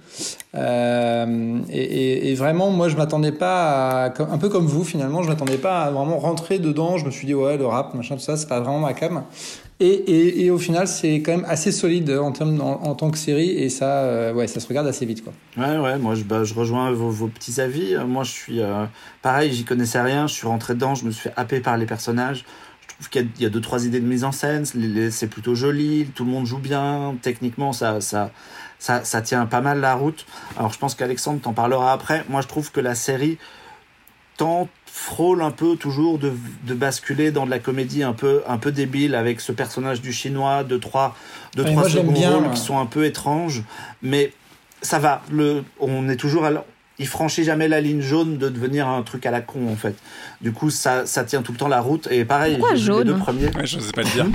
Euh, et, et, et vraiment, moi, je m'attendais pas à, un peu comme vous finalement, je m'attendais pas à vraiment rentrer dedans. Je me suis dit ouais, le rap, machin, tout ça, c'est pas vraiment ma came. Et, et, et au final, c'est quand même assez solide en termes en, en tant que série, et ça, euh, ouais, ça se regarde assez vite, quoi. Ouais, ouais. Moi, je, bah, je rejoins vos, vos petits avis. Moi, je suis euh, pareil, j'y connaissais rien. Je suis rentré dedans, je me suis fait happer par les personnages. Je trouve qu'il y a, il y a deux trois idées de mise en scène, c'est plutôt joli, tout le monde joue bien, techniquement ça ça ça ça tient pas mal la route. Alors je pense qu'Alexandre t'en parlera après. Moi je trouve que la série tente frôle un peu toujours de de basculer dans de la comédie un peu un peu débile avec ce personnage du chinois, deux trois deux trois seconds rôles qui sont un peu étranges, mais ça va, le on est toujours à l'... il franchit jamais la ligne jaune de devenir un truc à la con en fait. Du coup ça ça tient tout le temps la route et pareil. Pourquoi j'ai jaune les deux premiers. Ouais, je sais pas le dire.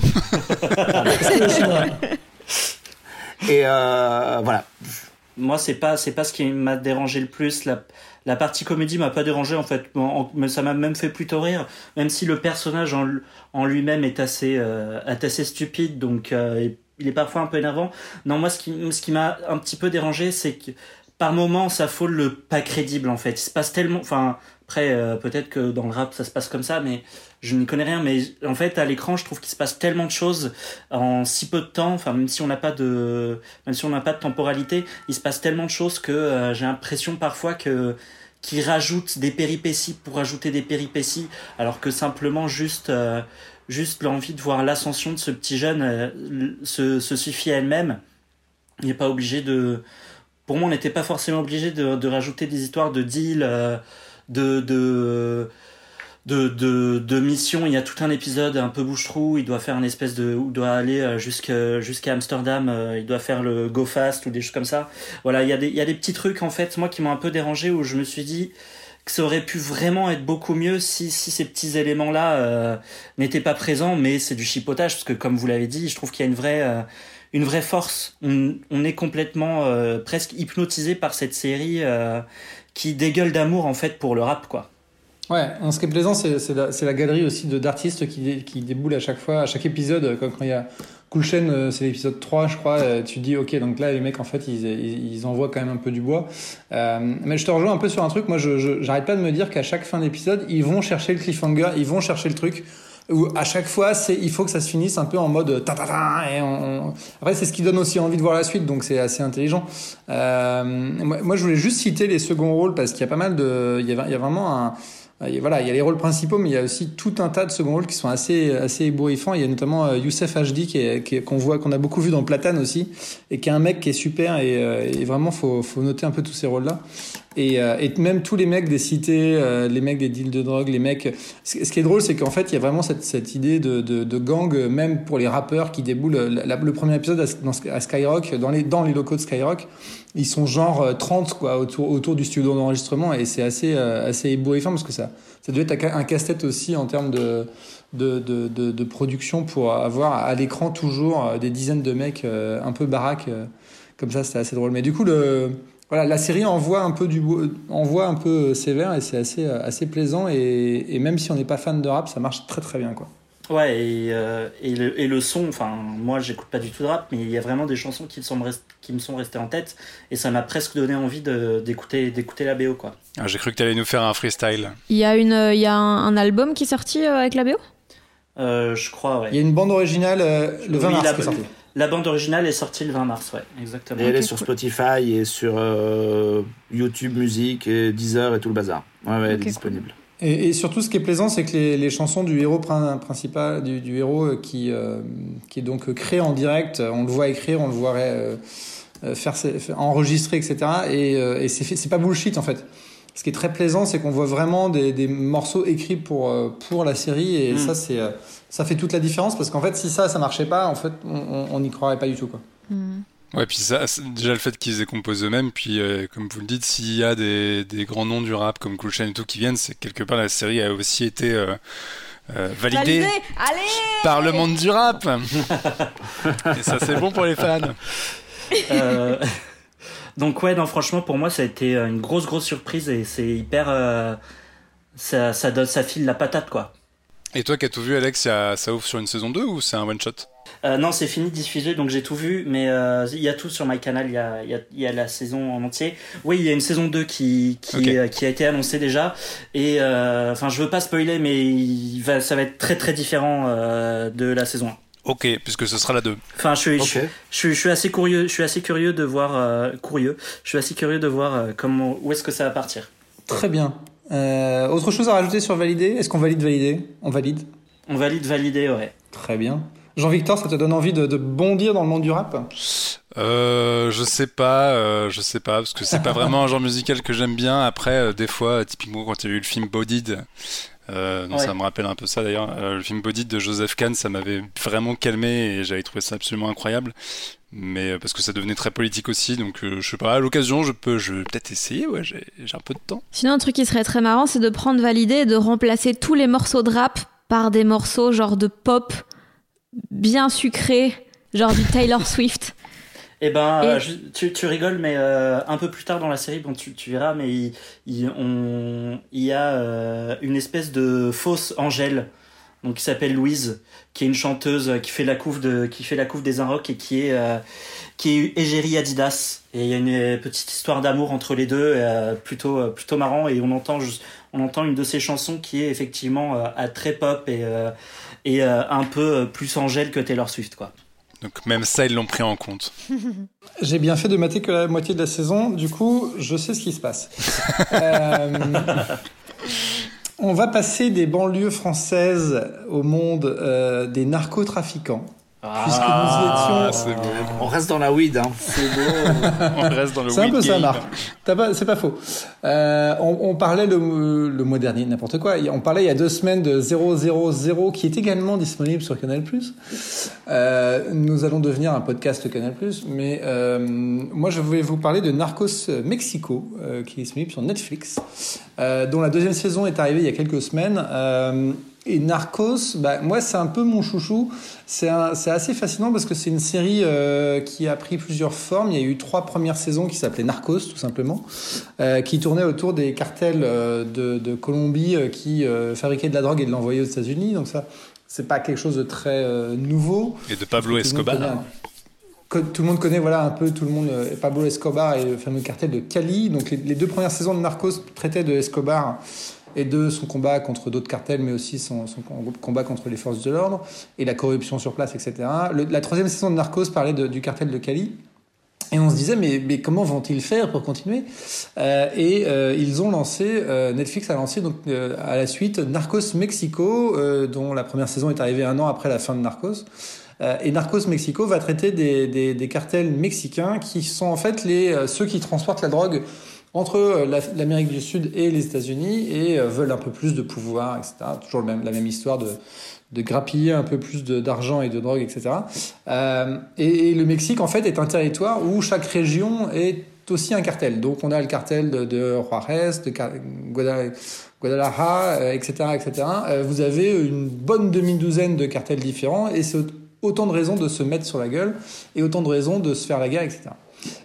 Et euh, voilà. Moi c'est pas c'est pas ce qui m'a dérangé le plus. La la partie comédie m'a pas dérangé en fait, mais ça m'a même fait plutôt rire. Même si le personnage en en lui-même est assez euh, est assez stupide, donc euh, il est parfois un peu énervant. Non, moi ce qui ce qui m'a un petit peu dérangé, c'est que par moment, ça frôle le pas crédible, en fait. Il se passe tellement... Enfin, après, euh, peut-être que dans le rap, ça se passe comme ça, mais je n'y connais rien. Mais en fait, à l'écran, je trouve qu'il se passe tellement de choses en si peu de temps. Enfin, même si on n'a pas de... Même si on n'a pas de temporalité, il se passe tellement de choses que euh, j'ai l'impression parfois que qu'ils rajoutent des péripéties pour rajouter des péripéties, alors que simplement juste... Euh, juste l'envie de voir l'ascension de ce petit jeune euh, se, se suffit à elle-même. Il n'est pas obligé de... Pour moi, on n'était pas forcément obligé de, de rajouter des histoires de deal, euh, de, de, de, de, de mission. Il y a tout un épisode un peu bouche-trou. Il doit faire une espèce de, il doit aller jusqu'à, jusqu'à Amsterdam. Euh, il doit faire le go fast ou des choses comme ça. Voilà, il y a des, il y a des petits trucs, en fait, moi, qui m'ont un peu dérangé, où je me suis dit que ça aurait pu vraiment être beaucoup mieux si, si ces petits éléments-là, euh, n'étaient pas présents, mais c'est du chipotage, parce que comme vous l'avez dit, je trouve qu'il y a une vraie, euh, une vraie force. On, on est complètement euh, presque hypnotisé par cette série euh, qui dégueule d'amour en fait pour le rap, quoi. Ouais, ce qui est plaisant, c'est, c'est, la, c'est la galerie aussi de, d'artistes qui, qui déboulent à chaque fois, à chaque épisode. Quand, quand il y a Cool Chain, c'est l'épisode trois, je crois, tu te dis, ok, donc là, les mecs, en fait, ils, ils, ils envoient quand même un peu du bois. Euh, mais je te rejoins un peu sur un truc. Moi, je, je, j'arrête pas de me dire qu'à chaque fin d'épisode, ils vont chercher le cliffhanger, ils vont chercher le truc. où à chaque fois, c'est, il faut que ça se finisse un peu en mode ta ta ta, et on, on... Après, c'est ce qui donne aussi envie de voir la suite, donc c'est assez intelligent. Euh, moi, moi, je voulais juste citer les seconds rôles parce qu'il y a pas mal de, il y a, il y a vraiment un, il voilà, il y a les rôles principaux, mais il y a aussi tout un tas de seconds rôles qui sont assez, assez ébouriffants. Il y a notamment euh, Youssef H D qui est, qui est, qu'on voit, qu'on a beaucoup vu dans Platane aussi, et qui est un mec qui est super, et, euh, et vraiment, faut, faut noter un peu tous ces rôles-là. Et, euh, et même tous les mecs des cités, euh, les mecs des deals de drogue, les mecs. Ce, ce qui est drôle, c'est qu'en fait, il y a vraiment cette, cette idée de, de, de gang, même pour les rappeurs qui déboulent. La, le premier épisode à, à Skyrock, dans les, dans les locaux de Skyrock, ils sont genre trente quoi, autour, autour du studio d'enregistrement, et c'est assez, euh, assez ébouriffant parce que ça, ça devait être un casse-tête aussi en termes de, de, de, de, de production pour avoir à l'écran toujours des dizaines de mecs euh, un peu baraques euh, comme ça. C'était assez drôle. Mais du coup, le. Voilà, la série envoie un peu du envoie un peu sévère, et c'est assez assez plaisant, et, et même si on n'est pas fan de rap, ça marche très très bien quoi. Ouais, et, euh, et, le, et le son, enfin moi j'écoute pas du tout de rap, mais il y a vraiment des chansons qui, sont rest, qui me sont restées en tête, et ça m'a presque donné envie de, d'écouter, d'écouter la B O quoi. Ah, j'ai cru que tu allais nous faire un freestyle. Il y a, une, il y a un, un album qui est sorti avec la B O euh, Je crois, ouais. Il y a une bande originale euh, le vingt oui, mars la, qui est sortie. La bande originale est sortie le vingt mars, ouais, exactement. Et elle est Ok, sur cool. Spotify et sur euh, YouTube Music et Deezer et tout le bazar. Ouais, ouais, elle Ok, est disponible. Et, et surtout, ce qui est plaisant, c'est que les, les chansons du héros principal, du, du héros qui, euh, qui est donc créé en direct, on le voit écrire, on le voit euh, faire, faire enregistrer, et cetera. Et, euh, et c'est, c'est pas bullshit en fait. Ce qui est très plaisant, c'est qu'on voit vraiment des, des morceaux écrits pour pour la série, et mmh. ça c'est ça fait toute la différence, parce qu'en fait, si ça ça marchait pas, en fait, on n'y croirait pas du tout quoi. Mmh. Ouais, puis ça, déjà le fait qu'ils aient composé eux-mêmes, puis euh, comme vous le dites, s'il y a des, des grands noms du rap comme Cool Chain et tout qui viennent, c'est que quelque part la série a aussi été euh, euh, validée Allez par le monde du rap. Et ça, c'est bon pour les fans. euh... Donc ouais, non, franchement, pour moi, ça a été une grosse, grosse surprise, et c'est hyper... Euh, ça, ça, donne, ça file la patate, quoi. Et toi qui as tout vu, Alex, ça, ça ouvre sur une saison deux ou c'est un one-shot ? euh, Non, c'est fini de diffuser, donc j'ai tout vu, mais il euh, y a tout sur MyCanal, il y a, y, a, y a la saison en entier. Oui, il y a une saison deux qui, qui, okay. euh, qui a été annoncée déjà, et enfin, euh, je veux pas spoiler, mais il va, ça va être très, très différent euh, de la saison un. Ok, puisque ce sera la deux. Enfin, je suis, okay. je, je, je suis assez curieux, je suis assez curieux de voir, euh, curieux. Je suis assez curieux de voir euh, comment, où est-ce que ça va partir. Très bien. Euh, autre chose à rajouter sur valider ? Est-ce qu'on valide valider ? On valide ? On valide valider, ouais. Très bien. Jean-Victor, ça te donne envie de, de bondir dans le monde du rap ? Euh, je sais pas, euh, je sais pas, parce que c'est pas vraiment un genre musical que j'aime bien. Après, euh, des fois, typiquement quand il y a eu le film Bodied. Euh, donc ouais. Ça me rappelle un peu ça d'ailleurs. Euh, le film Bodied de Joseph Kahn, ça m'avait vraiment calmé et j'avais trouvé ça absolument incroyable. Mais euh, parce que ça devenait très politique aussi, donc euh, je sais pas. À l'occasion, je peux, je vais peut-être essayer. Ouais, j'ai, j'ai un peu de temps. Sinon, un truc qui serait très marrant, c'est de prendre Validé et de remplacer tous les morceaux de rap par des morceaux genre de pop bien sucrés, genre du Taylor Swift. Eh ben, et... euh, je, tu, tu rigoles, mais euh, un peu plus tard dans la série, bon, tu, tu verras, mais il, il, on, il y a euh, une espèce de fausse Angèle, donc qui s'appelle Louise, qui est une chanteuse qui fait la couve de, qui fait la couve des Inrocks et qui est, euh, qui est égérie Adidas. Et il y a une petite histoire d'amour entre les deux, euh, plutôt, plutôt marrant. Et on entend, on entend une de ses chansons qui est effectivement euh, à très pop et, euh, et euh, un peu plus Angèle que Taylor Swift, quoi. Donc même ça, ils l'ont pris en compte. J'ai bien fait de mater que la moitié de la saison. Du coup, je sais ce qui se passe. euh, on va passer des banlieues françaises au monde euh, des narcotrafiquants. Ah, puisque nous y étions. C'est beau. On reste dans la weed, hein. C'est beau. On reste dans le c'est weed. Un peu game. ça, Marc. T'as pas, c'est pas faux. Euh, on, on parlait le, le mois dernier, n'importe quoi. On parlait il y a deux semaines de zéro zéro zéro, qui est également disponible sur Canal+. Euh, nous allons devenir un podcast Canal+. Mais euh, moi, je voulais vous parler de Narcos Mexico, euh, qui est disponible sur Netflix, euh, dont la deuxième saison est arrivée il y a quelques semaines. Euh, Et Narcos, bah, moi, c'est un peu mon chouchou. C'est, un, c'est assez fascinant parce que c'est une série euh, qui a pris plusieurs formes. Il y a eu trois premières saisons qui s'appelaient Narcos, tout simplement, euh, qui tournaient autour des cartels euh, de, de Colombie euh, qui euh, fabriquaient de la drogue et de l'envoyaient aux États-Unis. Donc ça, c'est pas quelque chose de très euh, nouveau. Et de Pablo Escobar. Que tout le monde connaît, voilà, un peu tout le monde, euh, Pablo Escobar et le fameux cartel de Cali. Donc les, les deux premières saisons de Narcos traitaient de Escobar et de son combat contre d'autres cartels, mais aussi son, son combat contre les forces de l'ordre et la corruption sur place, et cetera. Le, la troisième saison de Narcos parlait de, du cartel de Cali. Et on se disait, mais, mais comment vont-ils faire pour continuer euh, Et euh, ils ont lancé, euh, Netflix a lancé donc euh, à la suite Narcos Mexico, euh, dont la première saison est arrivée un an après la fin de Narcos. Euh, et Narcos Mexico va traiter des, des, des cartels mexicains qui sont en fait les, euh, ceux qui transportent la drogue entre la, l'Amérique du Sud et les États-Unis et euh, veulent un peu plus de pouvoir, et cetera. Toujours le même, la même histoire de, de grappiller un peu plus de, d'argent et de drogue, et cetera. Euh, et, et le Mexique, en fait, est un territoire où chaque région est aussi un cartel. Donc, on a le cartel de, de Juarez, de Guadalajara, Guadalajara euh, et cetera, et cetera. Euh, vous avez une bonne demi-douzaine de cartels différents et c'est autant de raisons de se mettre sur la gueule et autant de raisons de se faire la guerre, et cetera.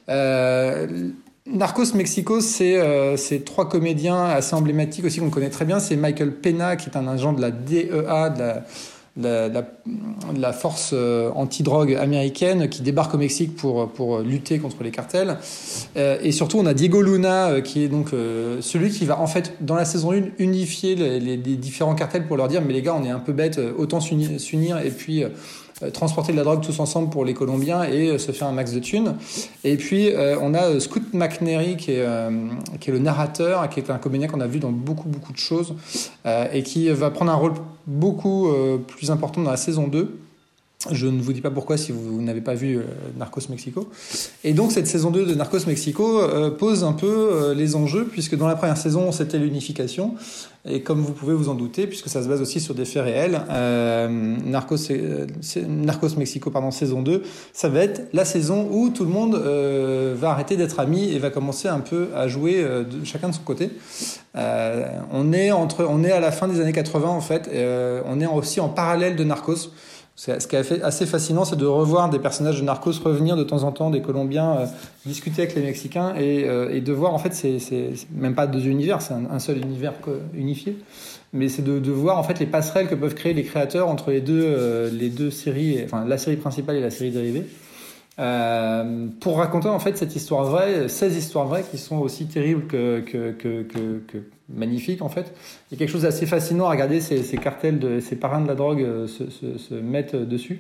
Euh, Narcos Mexico, c'est, euh, c'est trois comédiens assez emblématiques aussi qu'on connaît très bien. C'est Michael Pena, qui est un agent de la D E A, de la, de la, de la force euh, anti-drogue américaine, qui débarque au Mexique pour, pour lutter contre les cartels. Euh, et surtout, on a Diego Luna, euh, qui est donc euh, celui qui va, en fait, dans la saison un, unifier les, les, les différents cartels pour leur dire « Mais les gars, on est un peu bêtes, autant s'unir, s'unir et puis... Euh, transporter de la drogue tous ensemble pour les Colombiens et euh, se faire un max de thunes. » Et puis, euh, on a euh, Scoot McNairy, qui est, euh, qui est le narrateur, qui est un comédien qu'on a vu dans beaucoup, beaucoup de choses, euh, et qui va prendre un rôle beaucoup euh, plus important dans la saison deux. Je ne vous dis pas pourquoi si vous n'avez pas vu euh, Narcos Mexico. Et donc, cette saison deux de Narcos Mexico euh, pose un peu euh, les enjeux, puisque dans la première saison, c'était l'unification. Et comme vous pouvez vous en douter, puisque ça se base aussi sur des faits réels, euh, Narcos, euh, Narcos Mexico, pardon, saison deux, ça va être la saison où tout le monde euh, va arrêter d'être amis et va commencer un peu à jouer euh, de, chacun de son côté. Euh, on est entre, on est à la fin des années quatre-vingts, en fait. Euh, on est aussi en parallèle de Narcos. C'est, ce qui est assez fascinant, c'est de revoir des personnages de Narcos revenir de temps en temps, des Colombiens, euh, discuter avec les Mexicains et, euh, et de voir, en fait, c'est, c'est, c'est même pas deux univers, c'est un, un seul univers unifié, mais c'est de, de voir en fait les passerelles que peuvent créer les créateurs entre les deux, euh, les deux séries, enfin la série principale et la série dérivée. Euh, pour raconter en fait cette histoire vraie, ces histoires vraies qui sont aussi terribles que, que, que, que, que magnifiques en fait. Il y a quelque chose d'assez fascinant à regarder ces, ces cartels, de, ces parrains de la drogue se, se, se mettre dessus.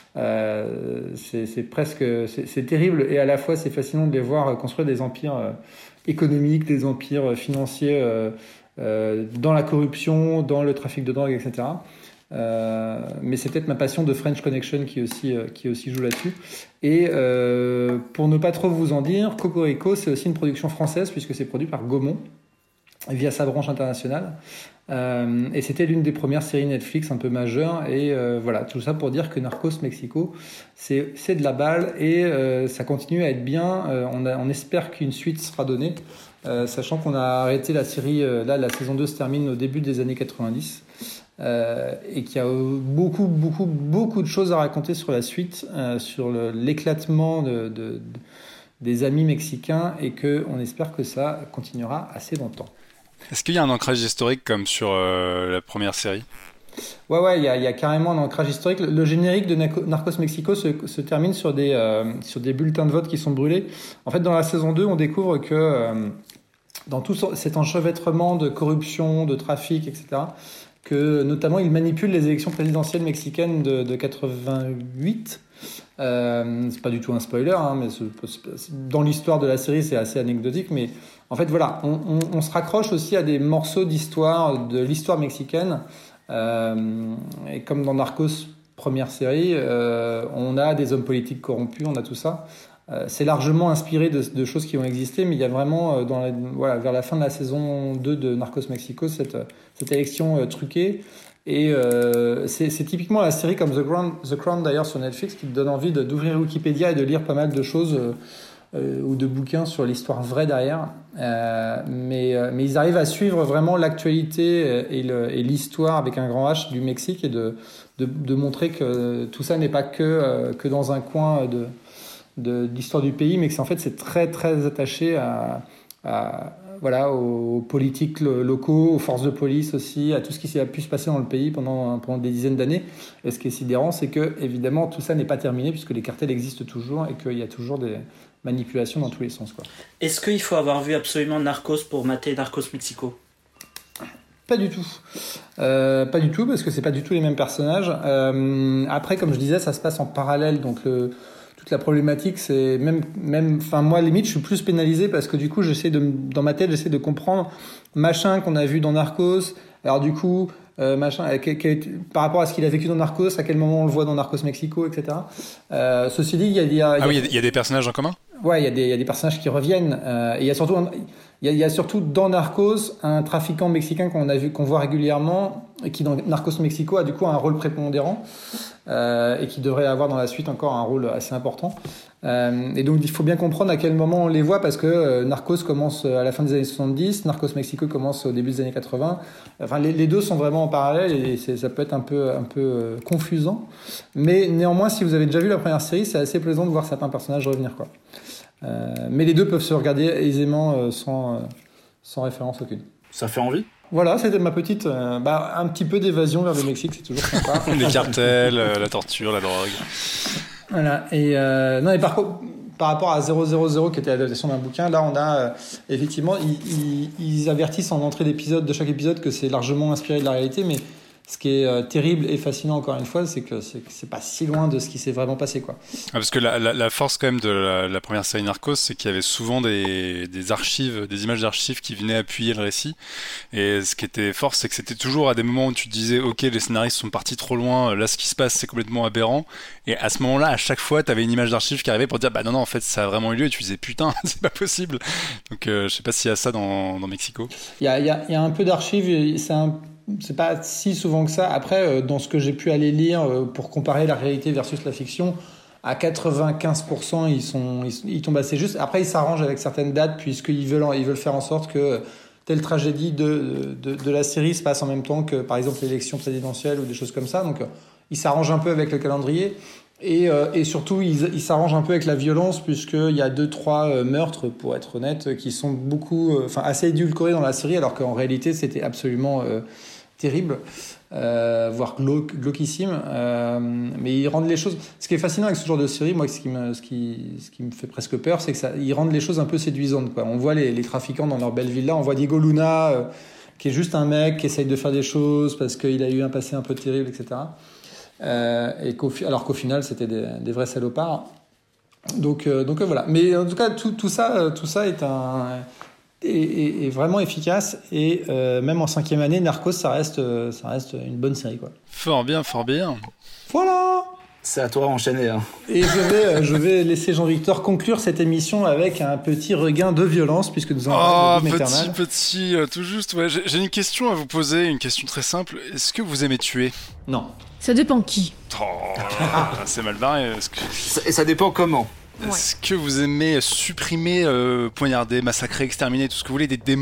Euh, c'est, c'est presque, c'est, c'est terrible et à la fois c'est fascinant de les voir construire des empires euh, économiques, des empires financiers euh, euh, dans la corruption, dans le trafic de drogue, et cetera. Euh, mais c'est peut-être ma passion de French Connection qui aussi, euh, qui aussi joue là-dessus. Et euh, pour ne pas trop vous en dire, Cocorico, c'est aussi une production française puisque c'est produit par Gaumont via sa branche internationale. Euh, et c'était l'une des premières séries Netflix un peu majeures. Et euh, voilà, tout ça pour dire que Narcos Mexico, c'est, c'est de la balle et euh, ça continue à être bien. Euh, on, a, on espère qu'une suite sera donnée, euh, sachant qu'on a arrêté la série, euh, là la saison deux se termine au début des années quatre-vingt-dix. Euh, et qu'il y a beaucoup, beaucoup, beaucoup de choses à raconter sur la suite, euh, sur le, l'éclatement de, de, de, des amis mexicains et qu'on espère que ça continuera assez longtemps. Est-ce qu'il y a un ancrage historique comme sur euh, la première série ? Ouais, ouais, il y a, il y a carrément un ancrage historique. Le, le générique de Narcos Mexico se, se termine sur des, euh, sur des bulletins de vote qui sont brûlés. En fait, dans la saison deux, on découvre que euh, dans tout cet enchevêtrement de corruption, de trafic, et cetera, que notamment il manipule les élections présidentielles mexicaines de, de quatre-vingt-huit. Euh, c'est pas du tout un spoiler, hein, mais c'est, c'est, dans l'histoire de la série c'est assez anecdotique. Mais en fait voilà, on, on, on se raccroche aussi à des morceaux d'histoire de l'histoire mexicaine. Euh, et comme dans Narcos première série, euh, on a des hommes politiques corrompus, on a tout ça. Euh, c'est largement inspiré de, de choses qui ont existé, mais il y a vraiment, euh, dans la, voilà, vers la fin de la saison deux de Narcos Mexico, cette, cette élection euh, truquée. Et euh, c'est, c'est typiquement la série comme The Crown, The Crown d'ailleurs sur Netflix qui te donne envie de, d'ouvrir Wikipédia et de lire pas mal de choses euh, euh, ou de bouquins sur l'histoire vraie derrière. Euh, mais, euh, mais ils arrivent à suivre vraiment l'actualité et, le, et l'histoire avec un grand H du Mexique et de, de, de montrer que tout ça n'est pas que, euh, que dans un coin de... De, de l'histoire du pays, mais que c'est en fait c'est très très attaché à, à voilà aux politiques locaux, aux forces de police aussi, à tout ce qui a pu se passer dans le pays pendant pendant des dizaines d'années. Et ce qui est sidérant, c'est que évidemment tout ça n'est pas terminé puisque les cartels existent toujours et qu'il y a toujours des manipulations dans tous les sens, quoi. Est-ce qu'il faut avoir vu absolument Narcos pour mater Narcos Mexico ? Pas du tout. Euh, pas du tout, parce que c'est pas du tout les mêmes personnages. Euh, après, comme je disais, ça se passe en parallèle, donc le, toute la problématique, c'est même, même, enfin moi limite, je suis plus pénalisé parce que du coup, j'essaie de, dans ma tête, j'essaie de comprendre machin qu'on a vu dans Narcos. Alors du coup, euh, machin, quel, quel, par rapport à ce qu'il a vécu dans Narcos, à quel moment on le voit dans Narcos Mexico, et cetera. Euh, ceci dit, il y a, il y a, ah oui, il y a des personnages en commun. Ouais, il y a des, il y a des personnages qui reviennent. Euh, et il y a surtout, un, il y a, il y a surtout dans Narcos un trafiquant mexicain qu'on a vu, qu'on voit régulièrement, et qui dans Narcos Mexico a du coup un rôle prépondérant euh, et qui devrait avoir dans la suite encore un rôle assez important. Euh, et donc il faut bien comprendre à quel moment on les voit parce que euh, Narcos commence à la fin des années soixante-dix, Narcos Mexico commence au début des années quatre-vingts. Enfin, les, les deux sont vraiment en parallèle et c'est, ça peut être un peu, un peu euh, confusant. Mais néanmoins, si vous avez déjà vu la première série, c'est assez plaisant de voir certains personnages revenir, quoi. Euh, mais les deux peuvent se regarder aisément euh, sans, euh, sans référence aucune. Ça fait envie ? Voilà, c'était ma petite... Euh, bah, un petit peu d'évasion vers le Mexique, c'est toujours sympa. Les cartels, euh, la torture, la drogue. Voilà, et, euh, non, et par, par rapport à zéro zéro zéro qui était l'adaptation d'un bouquin, là on a euh, effectivement, ils, ils, ils avertissent en entrée d'épisode, de chaque épisode, que c'est largement inspiré de la réalité, mais ce qui est euh, terrible et fascinant encore une fois, c'est que c'est, que c'est pas si loin de ce qui s'est vraiment passé, quoi. Ah, parce que la, la, la force quand même de la, la première série Narcos, c'est qu'il y avait souvent des, des archives, des images d'archives qui venaient appuyer le récit. Et ce qui était fort, c'est que c'était toujours à des moments où tu te disais, ok, les scénaristes sont partis trop loin, là ce qui se passe c'est complètement aberrant. Et à ce moment-là, à chaque fois, t'avais une image d'archive qui arrivait pour dire, bah non non, en fait ça a vraiment eu lieu. Et tu disais, putain, c'est pas possible. Donc euh, je sais pas s'il y a ça dans, dans Mexico. Il y a, il y a, il y a un peu d'archives, c'est un c'est pas si souvent que ça. Après, dans ce que j'ai pu aller lire pour comparer la réalité versus la fiction, à quatre-vingt-quinze pour cent ils sont ils, ils tombent assez juste. Après, ils s'arrangent avec certaines dates puisqu'ils veulent ils veulent faire en sorte que telle tragédie de de, de la série se passe en même temps que par exemple l'élection présidentielle ou des choses comme ça. Donc, ils s'arrangent un peu avec le calendrier. Et, euh, et surtout, ils, ils s'arrangent un peu avec la violence, puisqu'il y a deux, trois euh, meurtres, pour être honnête, qui sont beaucoup, enfin, euh, assez édulcorés dans la série, alors qu'en réalité, c'était absolument euh, terrible, euh, voire glauque, glauquissime. Euh, mais ils rendent les choses. Ce qui est fascinant avec ce genre de série, moi, ce qui me, ce qui, ce qui me fait presque peur, c'est que ça, ils rendent les choses un peu séduisantes, quoi. On voit les, les trafiquants dans leur belle villa, on voit Diego Luna, euh, qui est juste un mec qui essaye de faire des choses parce qu'il a eu un passé un peu terrible, et cetera. Euh, et qu'au, alors qu'au final c'était des, des vrais salopards. Donc, euh, donc euh, voilà. Mais en tout cas tout, tout ça, tout ça est, un, est, est, est vraiment efficace et euh, même en cinquième année, Narcos ça reste, ça reste une bonne série, quoi. Fort bien, fort bien. Voilà. C'est à toi d'enchaîner. Hein. Et je vais, je vais laisser Jean-Victor conclure cette émission avec un petit regain de violence puisque nous en oh, Doom petit, Eternal. petit, euh, tout juste. Ouais. J'ai, j'ai une question à vous poser, une question très simple. Est-ce que vous aimez tuer ? Non. Ça dépend qui. Oh, c'est mal barré. Est-ce que... Et ça dépend comment. Est-ce que vous aimez supprimer, euh, poignarder, massacrer, exterminer, tout ce que vous voulez, des démons ?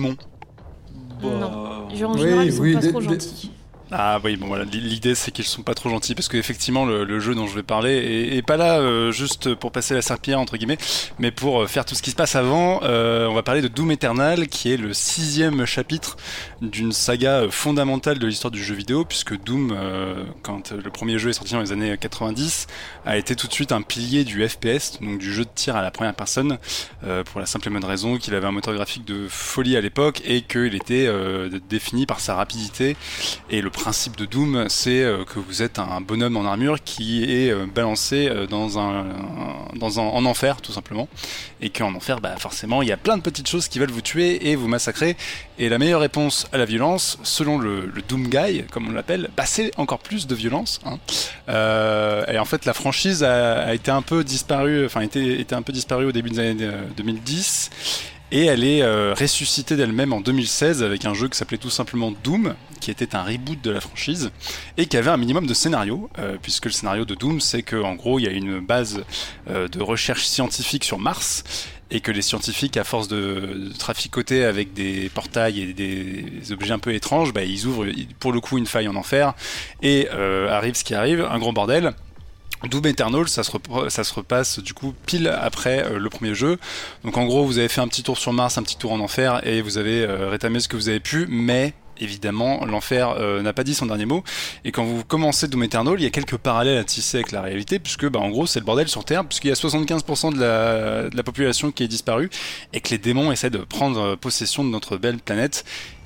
Non. Genre, en général, oui, ils sont oui, pas des, trop gentils. Des... Ah oui, bon voilà, l'idée c'est qu'ils sont pas trop gentils parce qu'effectivement le, le jeu dont je vais parler est, est pas là euh, juste pour passer la serpillière entre guillemets, mais pour faire tout ce qui se passe avant. Euh, on va parler de Doom Eternal, qui est le sixième chapitre d'une saga fondamentale de l'histoire du jeu vidéo, puisque Doom, euh, quand le premier jeu est sorti dans les années quatre-vingt-dix, a été tout de suite un pilier du F P S, donc du jeu de tir à la première personne, euh, pour la simple et bonne raison qu'il avait un moteur graphique de folie à l'époque et qu'il était euh, défini par sa rapidité. Et le principe de Doom, c'est euh, que vous êtes un bonhomme en armure qui est euh, balancé euh, dans un, un dans un en enfer tout simplement, et qu'en enfer, bah forcément, il y a plein de petites choses qui veulent vous tuer et vous massacrer. Et la meilleure réponse à la violence, selon le, le Doom Guy, comme on l'appelle, bah c'est encore plus de violence. Hein. Euh, et en fait, la franchise a, a été un peu disparue, enfin était était un peu disparue au début des années deux mille dix. Et elle est euh, ressuscitée d'elle-même en deux mille seize avec un jeu qui s'appelait tout simplement Doom, qui était un reboot de la franchise et qui avait un minimum de scénario, euh, puisque le scénario de Doom, c'est qu'en gros, il y a une base euh, de recherche scientifique sur Mars et que les scientifiques, à force de, de traficoter avec des portails et des objets un peu étranges, bah, ils ouvrent pour le coup une faille en enfer et euh, arrive ce qui arrive, un gros bordel. Doom Eternal, ça se, rep- ça se repasse du coup pile après euh, le premier jeu. Donc en gros, vous avez fait un petit tour sur Mars, un petit tour en enfer, et vous avez euh, rétamé ce que vous avez pu, mais évidemment, l'enfer euh, n'a pas dit son dernier mot. Et quand vous commencez Doom Eternal, il y a quelques parallèles à tisser avec la réalité, puisque bah, en gros, c'est le bordel sur Terre, puisqu'il y a soixante-quinze pour cent de la, de la population qui est disparue, et que les démons essaient de prendre possession de notre belle planète.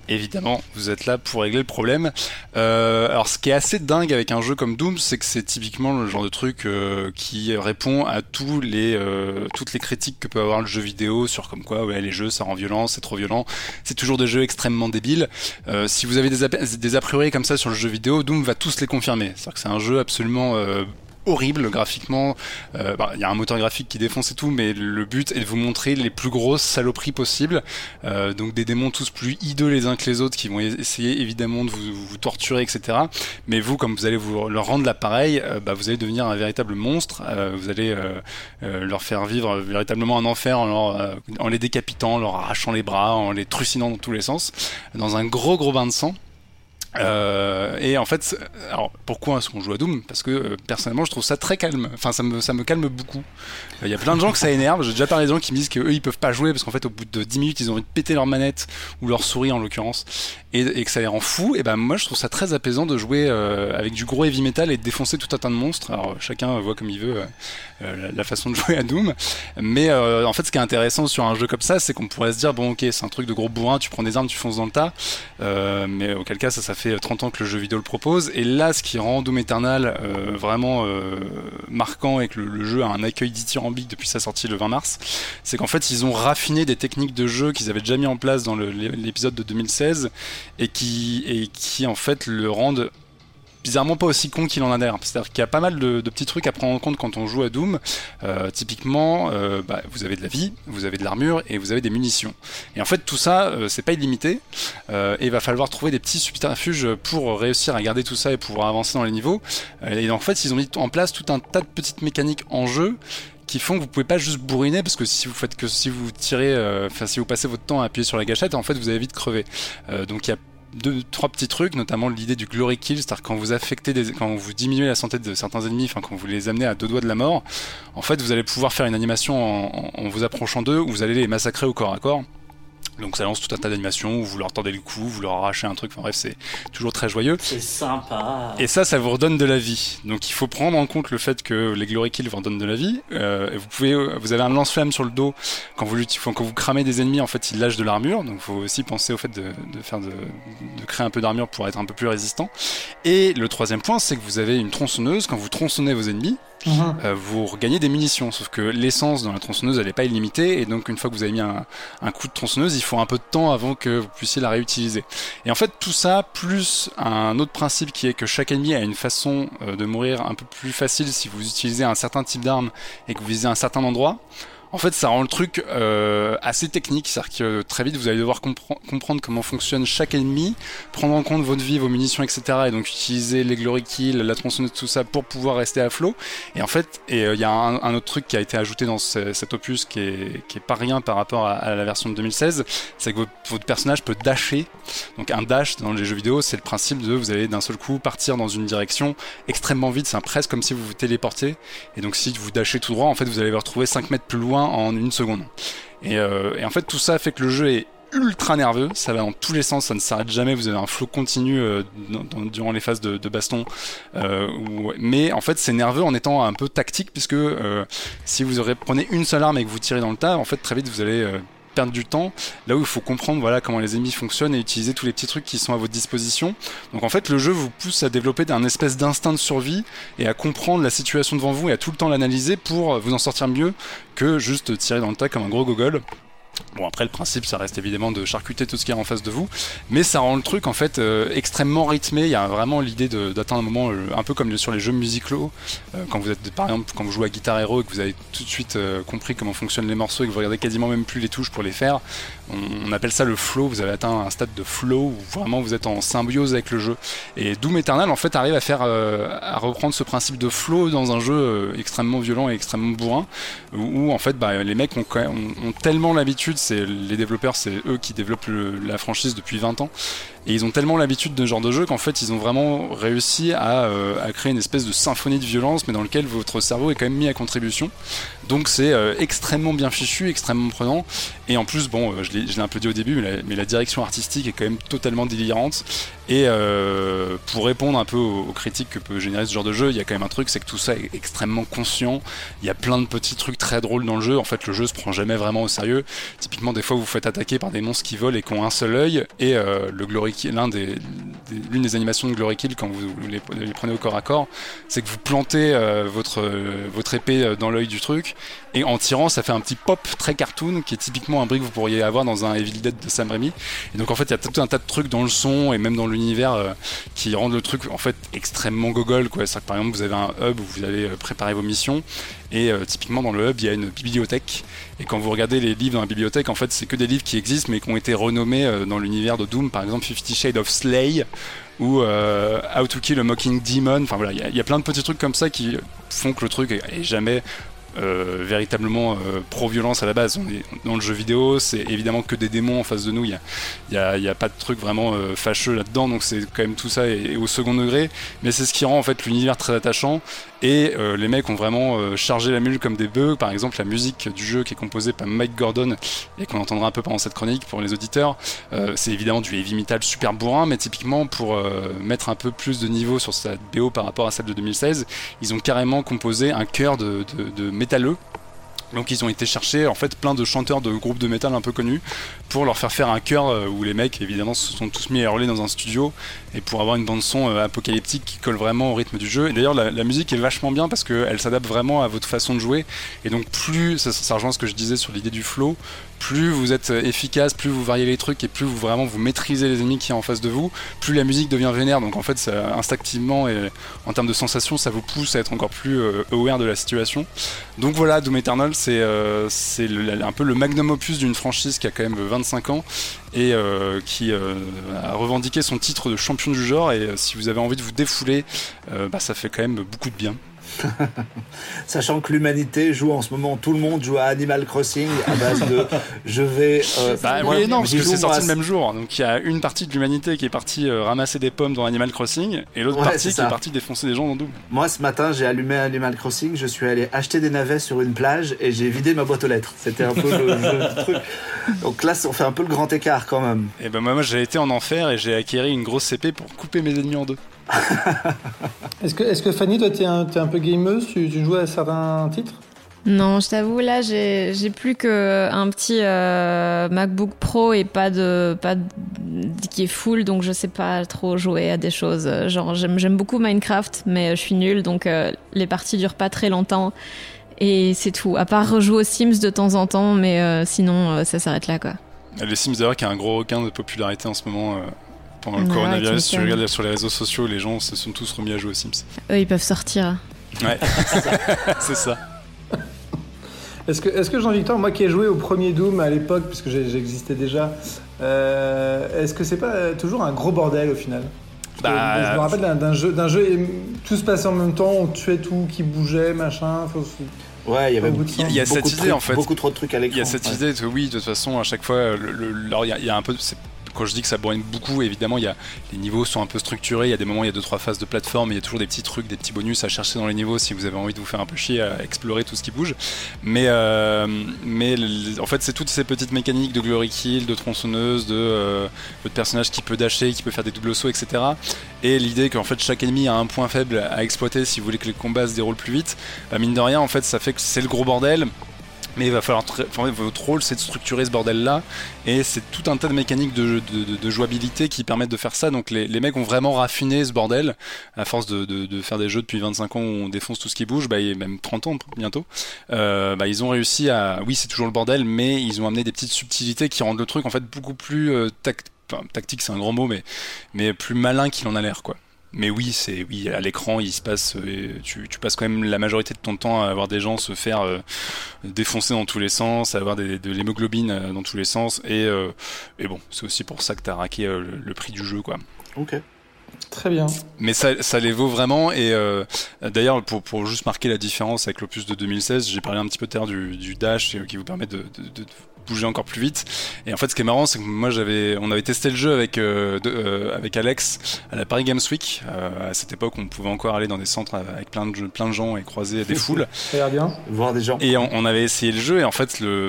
Évidemment, vous êtes là pour régler le problème. Euh, alors, ce qui est assez dingue avec un jeu comme Doom, c'est que c'est typiquement le genre de truc euh, qui répond à tous les euh, toutes les critiques que peut avoir le jeu vidéo sur comme quoi ouais les jeux ça rend violent, c'est trop violent. C'est toujours des jeux extrêmement débiles. Euh, si vous avez des a, des a priori comme ça sur le jeu vidéo, Doom va tous les confirmer. C'est-à-dire que c'est un jeu absolument euh, horrible graphiquement, euh, bah, y a un moteur graphique qui défonce et tout, mais le but est de vous montrer les plus grosses saloperies possibles, euh, donc des démons tous plus hideux les uns que les autres qui vont essayer évidemment de vous, vous torturer, et cetera. Mais vous, comme vous allez vous leur rendre l'appareil, euh, bah, vous allez devenir un véritable monstre, euh, vous allez euh, euh, leur faire vivre véritablement un enfer en, leur, euh, en les décapitant, en leur arrachant les bras, en les trucidant dans tous les sens, dans un gros gros bain de sang. Euh, et en fait, alors pourquoi est-ce qu'on joue à Doom ? Parce que euh, personnellement, je trouve ça très calme. Enfin, ça me ça me calme beaucoup. Il euh, y a plein de gens que ça énerve. J'ai déjà parlé des gens qui me disent que eux ils peuvent pas jouer parce qu'en fait, au bout de dix minutes, ils ont envie de péter leur manette ou leur souris en l'occurrence, et, et que ça les rend fous. Et ben moi, je trouve ça très apaisant de jouer euh, avec du gros heavy metal et de défoncer tout un tas de monstres. Alors chacun voit comme il veut euh, euh, la, la façon de jouer à Doom. Mais euh, en fait, ce qui est intéressant sur un jeu comme ça, c'est qu'on pourrait se dire bon, ok, c'est un truc de gros bourrin. Tu prends des armes, tu fonces dans le tas. Euh, mais auquel cas, ça, ça fait trente ans que le jeu vidéo le propose, et là ce qui rend Doom Eternal euh, vraiment euh, marquant et que le, le jeu a un accueil dithyrambique depuis sa sortie le vingt mars, c'est qu'en fait ils ont raffiné des techniques de jeu qu'ils avaient déjà mis en place dans le, l'épisode de deux mille seize et qui, et qui en fait le rendent bizarrement pas aussi con qu'il en a l'air. C'est-à-dire qu'il y a pas mal de, de petits trucs à prendre en compte quand on joue à Doom. Euh, typiquement, euh, bah, vous avez de la vie, vous avez de l'armure et vous avez des munitions. Et en fait, tout ça, euh, c'est pas illimité. Euh, et il va falloir trouver des petits subterfuges pour réussir à garder tout ça et pouvoir avancer dans les niveaux. Euh, et en fait, ils ont mis en place tout un tas de petites mécaniques en jeu qui font que vous pouvez pas juste bourriner, parce que si vous faites que si vous tirez, enfin euh, si vous passez votre temps à appuyer sur la gâchette, en fait, vous allez vite crever. Euh, donc il y a deux, trois petits trucs, notamment l'idée du glory kill, c'est-à-dire quand vous affectez des, quand vous diminuez la santé de certains ennemis, enfin quand vous les amenez à deux doigts de la mort, en fait vous allez pouvoir faire une animation en, en, en vous approchant d'eux, où vous allez les massacrer au corps à corps. Donc ça lance tout un tas d'animations où vous leur tordez le cou, vous leur arrachez un truc, enfin bref, c'est toujours très joyeux. C'est sympa. Et ça, ça vous redonne de la vie. Donc il faut prendre en compte le fait que les glory kills vous redonnent de la vie. Euh, et vous pouvez, vous avez un lance-flamme sur le dos quand vous quand vous cramez des ennemis, en fait, ils lâchent de l'armure. Donc il faut aussi penser au fait de, de faire de, de créer un peu d'armure pour être un peu plus résistant. Et le troisième point, c'est que vous avez une tronçonneuse. Quand vous tronçonnez vos ennemis, Mmh. Euh, vous regagnez des munitions, sauf que l'essence dans la tronçonneuse elle n'est pas illimitée, et donc une fois que vous avez mis un, un coup de tronçonneuse, il faut un peu de temps avant que vous puissiez la réutiliser. Et en fait tout ça, plus un autre principe qui est que chaque ennemi a une façon euh, de mourir un peu plus facile si vous utilisez un certain type d'arme et que vous visez un certain endroit. En fait, ça rend le truc euh, assez technique, c'est-à-dire que euh, très vite vous allez devoir compre- comprendre comment fonctionne chaque ennemi, prendre en compte votre vie, vos munitions, et cetera. Et donc utiliser les glory kills, la tronçonneuse, tout ça pour pouvoir rester à flot. Et en fait, il euh, y a un, un autre truc qui a été ajouté dans ce, cet opus qui est, qui est pas rien par rapport à, à la version de deux mille seize, c'est que votre, votre personnage peut dasher. Donc un dash dans les jeux vidéo, c'est le principe de vous allez d'un seul coup partir dans une direction extrêmement vite, c'est presque comme si vous vous téléportez. Et donc si vous dashez tout droit, en fait vous allez vous retrouver cinq mètres plus loin en une seconde. Et, euh, et en fait tout ça fait que le jeu est ultra nerveux, ça va dans tous les sens, ça ne s'arrête jamais, vous avez un flow continu euh, dans, dans, durant les phases de, de baston, euh, où, mais en fait c'est nerveux en étant un peu tactique, puisque euh, si vous aurez, prenez une seule arme et que vous tirez dans le tas, en fait très vite vous allez euh, perdre du temps, là où il faut comprendre voilà comment les ennemis fonctionnent et utiliser tous les petits trucs qui sont à votre disposition. Donc en fait le jeu vous pousse à développer un espèce d'instinct de survie et à comprendre la situation devant vous et à tout le temps l'analyser pour vous en sortir mieux que juste tirer dans le tas comme un gros gogol. Bon après le principe ça reste évidemment de charcuter tout ce qu'il y a en face de vous, mais ça rend le truc en fait euh, extrêmement rythmé. Il y a vraiment l'idée de, d'atteindre un moment euh, un peu comme sur les jeux musicaux, euh, quand vous êtes par exemple quand vous jouez à Guitar Hero et que vous avez tout de suite euh, compris comment fonctionnent les morceaux et que vous regardez quasiment même plus les touches pour les faire, on, on appelle ça le flow. Vous avez atteint un stade de flow où vraiment vous êtes en symbiose avec le jeu, et Doom Eternal en fait arrive à faire euh, à reprendre ce principe de flow dans un jeu euh, extrêmement violent et extrêmement bourrin, où, où en fait bah, les mecs ont, ont, ont tellement l'habitude, c'est les développeurs, c'est eux qui développent le, la franchise depuis vingt ans, et ils ont tellement l'habitude de ce genre de jeu qu'en fait ils ont vraiment réussi à, euh, à créer une espèce de symphonie de violence, mais dans lequel votre cerveau est quand même mis à contribution. Donc c'est euh, extrêmement bien fichu, extrêmement prenant, et en plus bon euh, je, l'ai, je l'ai un peu dit au début, mais la, mais la direction artistique est quand même totalement délirante, Et euh, pour répondre un peu aux, aux critiques que peut générer ce genre de jeu, il y a quand même un truc, c'est que tout ça est extrêmement conscient. Il y a plein de petits trucs très drôles dans le jeu. En fait, le jeu se prend jamais vraiment au sérieux. Typiquement, des fois, vous vous faites attaquer par des monstres qui volent et qui ont un seul œil. Et euh, le Glory Kill, l'un des, des, l'une des animations de Glory Kill, quand vous, vous les, les prenez au corps à corps, c'est que vous plantez euh, votre, euh, votre épée dans l'œil du truc. Et en tirant, ça fait un petit pop très cartoon, qui est typiquement un bruit que vous pourriez avoir dans un Evil Dead de Sam Raimi. Et donc, en fait, il y a tout un tas de trucs dans le son et même dans l'univers euh, qui rendent le truc en fait extrêmement gogol, quoi. C'est-à-dire que par exemple vous avez un hub où vous allez préparer vos missions et euh, typiquement dans le hub il y a une bibliothèque et quand vous regardez les livres dans la bibliothèque en fait c'est que des livres qui existent mais qui ont été renommés euh, dans l'univers de Doom, par exemple Fifty Shades of Slay ou euh, How to Kill a Mocking Demon. Enfin voilà, il y, y a plein de petits trucs comme ça qui font que le truc est, est jamais Euh, véritablement euh, pro-violence à la base. On est dans le jeu vidéo, c'est évidemment que des démons en face de nous, il n'y a, y a, y a pas de truc vraiment euh, fâcheux là-dedans, donc c'est quand même tout ça est, est au second degré, mais c'est ce qui rend en fait l'univers très attachant, et euh, les mecs ont vraiment euh, chargé la mule comme des bœufs. Par exemple la musique du jeu qui est composée par Mike Gordon et qu'on entendra un peu pendant cette chronique pour les auditeurs, euh, c'est évidemment du heavy metal super bourrin, mais typiquement pour euh, mettre un peu plus de niveau sur sa B O par rapport à celle de deux mille seize, ils ont carrément composé un chœur de, de, de métalleux. Donc ils ont été chercher en fait plein de chanteurs de groupes de métal un peu connus pour leur faire faire un chœur où les mecs évidemment se sont tous mis à hurler dans un studio et pour avoir une bande son apocalyptique qui colle vraiment au rythme du jeu. Et d'ailleurs la, la musique est vachement bien parce qu'elle s'adapte vraiment à votre façon de jouer, et donc plus, ça, ça rejoint ce que je disais sur l'idée du flow, plus vous êtes efficace, plus vous variez les trucs et plus vous vraiment vous maîtrisez les ennemis qui sont en face de vous, plus la musique devient vénère. Donc en fait ça, instinctivement et en termes de sensations ça vous pousse à être encore plus euh, aware de la situation. Donc voilà, Doom Eternal c'est, euh, c'est le, un peu le magnum opus d'une franchise qui a quand même vingt-cinq ans et euh, qui euh, a revendiqué son titre de champion du genre, et euh, si vous avez envie de vous défouler, euh, bah, ça fait quand même beaucoup de bien. Sachant que l'humanité joue en ce moment, tout le monde joue à Animal Crossing à base de je vais. Euh, bah moi, oui et non, parce que c'est sorti le même jour. Donc il y a une partie de l'humanité qui est partie euh, ramasser des pommes dans Animal Crossing et l'autre ouais, partie qui est partie défoncer des gens dans Doom. Moi ce matin j'ai allumé Animal Crossing, je suis allé acheter des navets sur une plage et j'ai vidé ma boîte aux lettres. C'était un peu le, le truc. Donc là on fait un peu le grand écart quand même. Et ben moi, moi j'ai été en enfer et j'ai acquéri une grosse épée pour couper mes ennemis en deux. est-ce que, est-ce que Fanny, toi t'es un, t'es un peu gameuse, tu, tu joues à certains titres? Non, je t'avoue, là j'ai, j'ai plus qu'un petit euh, MacBook Pro et pas de, pas de, qui est full, donc je sais pas trop jouer à des choses. Genre j'aime, j'aime beaucoup Minecraft, mais je suis nulle, donc euh, les parties durent pas très longtemps et c'est tout. À part rejouer aux Sims de temps en temps, mais euh, sinon euh, ça s'arrête là quoi. Les Sims d'ailleurs qui a un gros regain de popularité en ce moment. Euh... Pendant le ouais, coronavirus, si tu regardes sur les réseaux sociaux, les gens se sont tous remis à jouer aux Sims. Eux, ils peuvent sortir. Ouais, c'est ça. Est-ce que, est-ce que Jean-Victor, moi qui ai joué au premier Doom à l'époque, puisque j'ai, j'existais déjà, euh, est-ce que c'est pas toujours un gros bordel au final? Bah, je me rappelle d'un, d'un jeu, d'un jeu, et tout se passait en même temps, on tuait tout, qui bougeait, machin. Faut... Ouais, il y avait il y a cette idée trucs, en fait, beaucoup trop de trucs à l'écran. Il y a cette ouais. idée que oui, de toute façon, à chaque fois, le, le, alors il y, a, il y a un peu, c'est, quand je dis que ça bourrine beaucoup, évidemment, il y a, les niveaux sont un peu structurés, il y a des moments, il y a deux trois phases de plateforme, il y a toujours des petits trucs, des petits bonus à chercher dans les niveaux si vous avez envie de vous faire un peu chier à explorer tout ce qui bouge. Mais, euh, mais en fait, c'est toutes ces petites mécaniques de glory kill, de tronçonneuse, de euh, votre personnage qui peut dasher, qui peut faire des doubles sauts, et cetera. Et l'idée qu'en fait chaque ennemi a un point faible à exploiter si vous voulez que les combats se déroulent plus vite, bah mine de rien, en fait, ça fait que c'est le gros bordel. Mais il va falloir, tra- enfin, votre rôle c'est de structurer ce bordel là, et c'est tout un tas de mécaniques de, de, de, de jouabilité qui permettent de faire ça. Donc les, les mecs ont vraiment raffiné ce bordel à force de, de, de faire des jeux depuis vingt-cinq ans où on défonce tout ce qui bouge, bah, et même trente ans bientôt. Euh, bah, ils ont réussi à, oui c'est toujours le bordel, mais ils ont amené des petites subtilités qui rendent le truc en fait beaucoup plus euh, tact- enfin, tactique, c'est un grand mot, mais mais plus malin qu'il en a l'air quoi. Mais oui, c'est oui à l'écran, il se passe, euh, tu, tu passes quand même la majorité de ton temps à avoir des gens se faire euh, défoncer dans tous les sens, à avoir des, de l'hémoglobine euh, dans tous les sens, et, euh, et bon, c'est aussi pour ça que t'as raqué euh, le, le prix du jeu, quoi. Ok. Très bien. Mais ça, ça les vaut vraiment, et euh, d'ailleurs pour, pour juste marquer la différence avec l'opus de deux mille seize, j'ai parlé un petit peu tout à l'heure du, du dash qui vous permet de, de, de bouger encore plus vite. Et en fait, ce qui est marrant, c'est que moi, j'avais, on avait testé le jeu avec euh, de, euh, avec Alex à la Paris Games Week. Euh, à cette époque, on pouvait encore aller dans des centres avec plein de plein de gens et croiser des foules. Ça a l'air bien. Voir des gens. Et on, on avait essayé le jeu, et en fait, le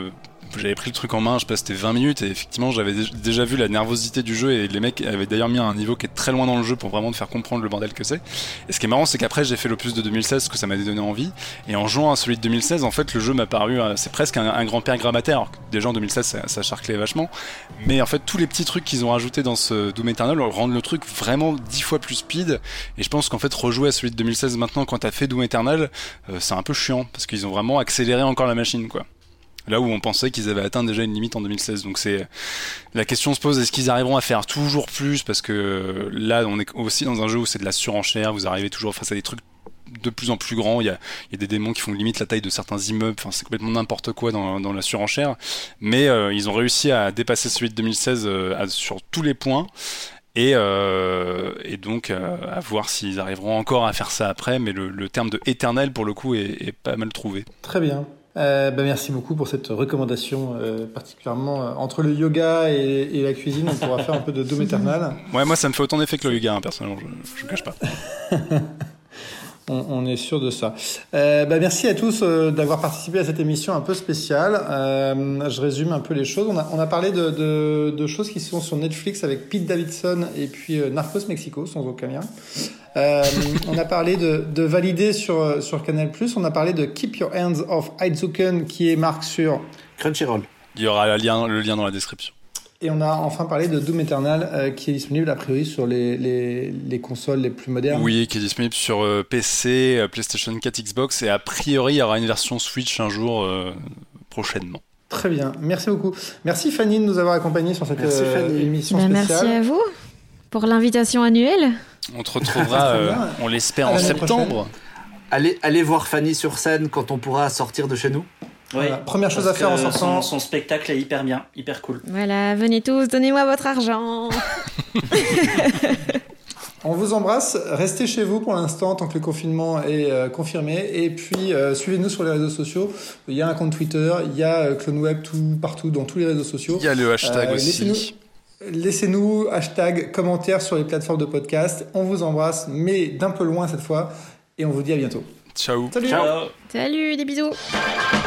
j'avais pris le truc en main, je sais pas, c'était vingt minutes et effectivement j'avais déjà vu la nervosité du jeu et les mecs avaient d'ailleurs mis un niveau qui est très loin dans le jeu pour vraiment te faire comprendre le bordel que c'est. Et ce qui est marrant, c'est qu'après j'ai fait l'opus de deux mille seize parce que ça m'a donné envie, et en jouant à celui de deux mille seize, en fait le jeu m'a paru, c'est presque un, un grand-père grammateur, alors que déjà en deux mille seize ça, ça charclait vachement, mais en fait tous les petits trucs qu'ils ont rajoutés dans ce Doom Eternal rendent le truc vraiment dix fois plus speed, et je pense qu'en fait rejouer à celui de deux mille seize maintenant quand t'as fait Doom Eternal, euh, c'est un peu chiant parce qu'ils ont vraiment accéléré encore la machine, quoi. Là où on pensait qu'ils avaient atteint déjà une limite en deux mille seize. Donc c'est la question se pose, est-ce qu'ils arriveront à faire toujours plus, parce que là on est aussi dans un jeu où c'est de la surenchère, vous arrivez toujours face à des trucs de plus en plus grands, il y a, il y a des démons qui font limite la taille de certains immeubles, enfin c'est complètement n'importe quoi dans, dans la surenchère, mais euh, ils ont réussi à dépasser celui de deux mille seize euh, à, sur tous les points. Et, euh, et donc euh, à voir s'ils arriveront encore à faire ça après, mais le, le terme de éternel pour le coup est, est pas mal trouvé. Très bien. Euh, bah merci beaucoup pour cette recommandation, euh, particulièrement euh, entre le yoga et, et la cuisine, on pourra faire un peu de Doom Eternal. Ouais, moi ça me fait autant d'effet que le yoga, hein, personnellement, je ne cache pas. On, on est sûr de ça. Euh, bah merci à tous euh, d'avoir participé à cette émission un peu spéciale. Euh, je résume un peu les choses. On a, on a parlé de, de, de choses qui sont sur Netflix avec Pete Davidson et puis euh, Narcos Mexico, sans aucun lien. Euh, on a parlé de, de Valider sur, sur Canal plus. On a parlé de Keep Your Hands Off Aizuken, qui est marque sur Crunchyroll. Il y aura le lien, le lien dans la description. Et on a enfin parlé de Doom Eternal, euh, qui est disponible a priori sur les, les, les consoles les plus modernes. Oui, qui est disponible sur euh, P C, euh, PlayStation quatre, Xbox, et a priori il y aura une version Switch un jour euh, prochainement. Très bien, merci beaucoup. Merci Fanny de nous avoir accompagnés sur cette merci, euh, émission ben, spéciale. Merci à vous pour l'invitation annuelle. On te retrouvera, euh, on l'espère, en septembre. Allez, allez voir Fanny sur scène quand on pourra sortir de chez nous. Oui, voilà. Première chose à faire en sortant. Son, son spectacle est hyper bien, hyper cool. Voilà, venez tous, donnez-moi votre argent. On vous embrasse, restez chez vous pour l'instant tant que le confinement est euh, confirmé, et puis euh, suivez-nous sur les réseaux sociaux. Il y a un compte Twitter, il y a euh, CloneWeb tout partout dans tous les réseaux sociaux. Il y a le hashtag euh, aussi. Laissez-nous, laissez-nous hashtag commentaires sur les plateformes de podcast. On vous embrasse, mais d'un peu loin cette fois, et on vous dit à bientôt. Ciao. Salut. Ciao. Salut, des bisous.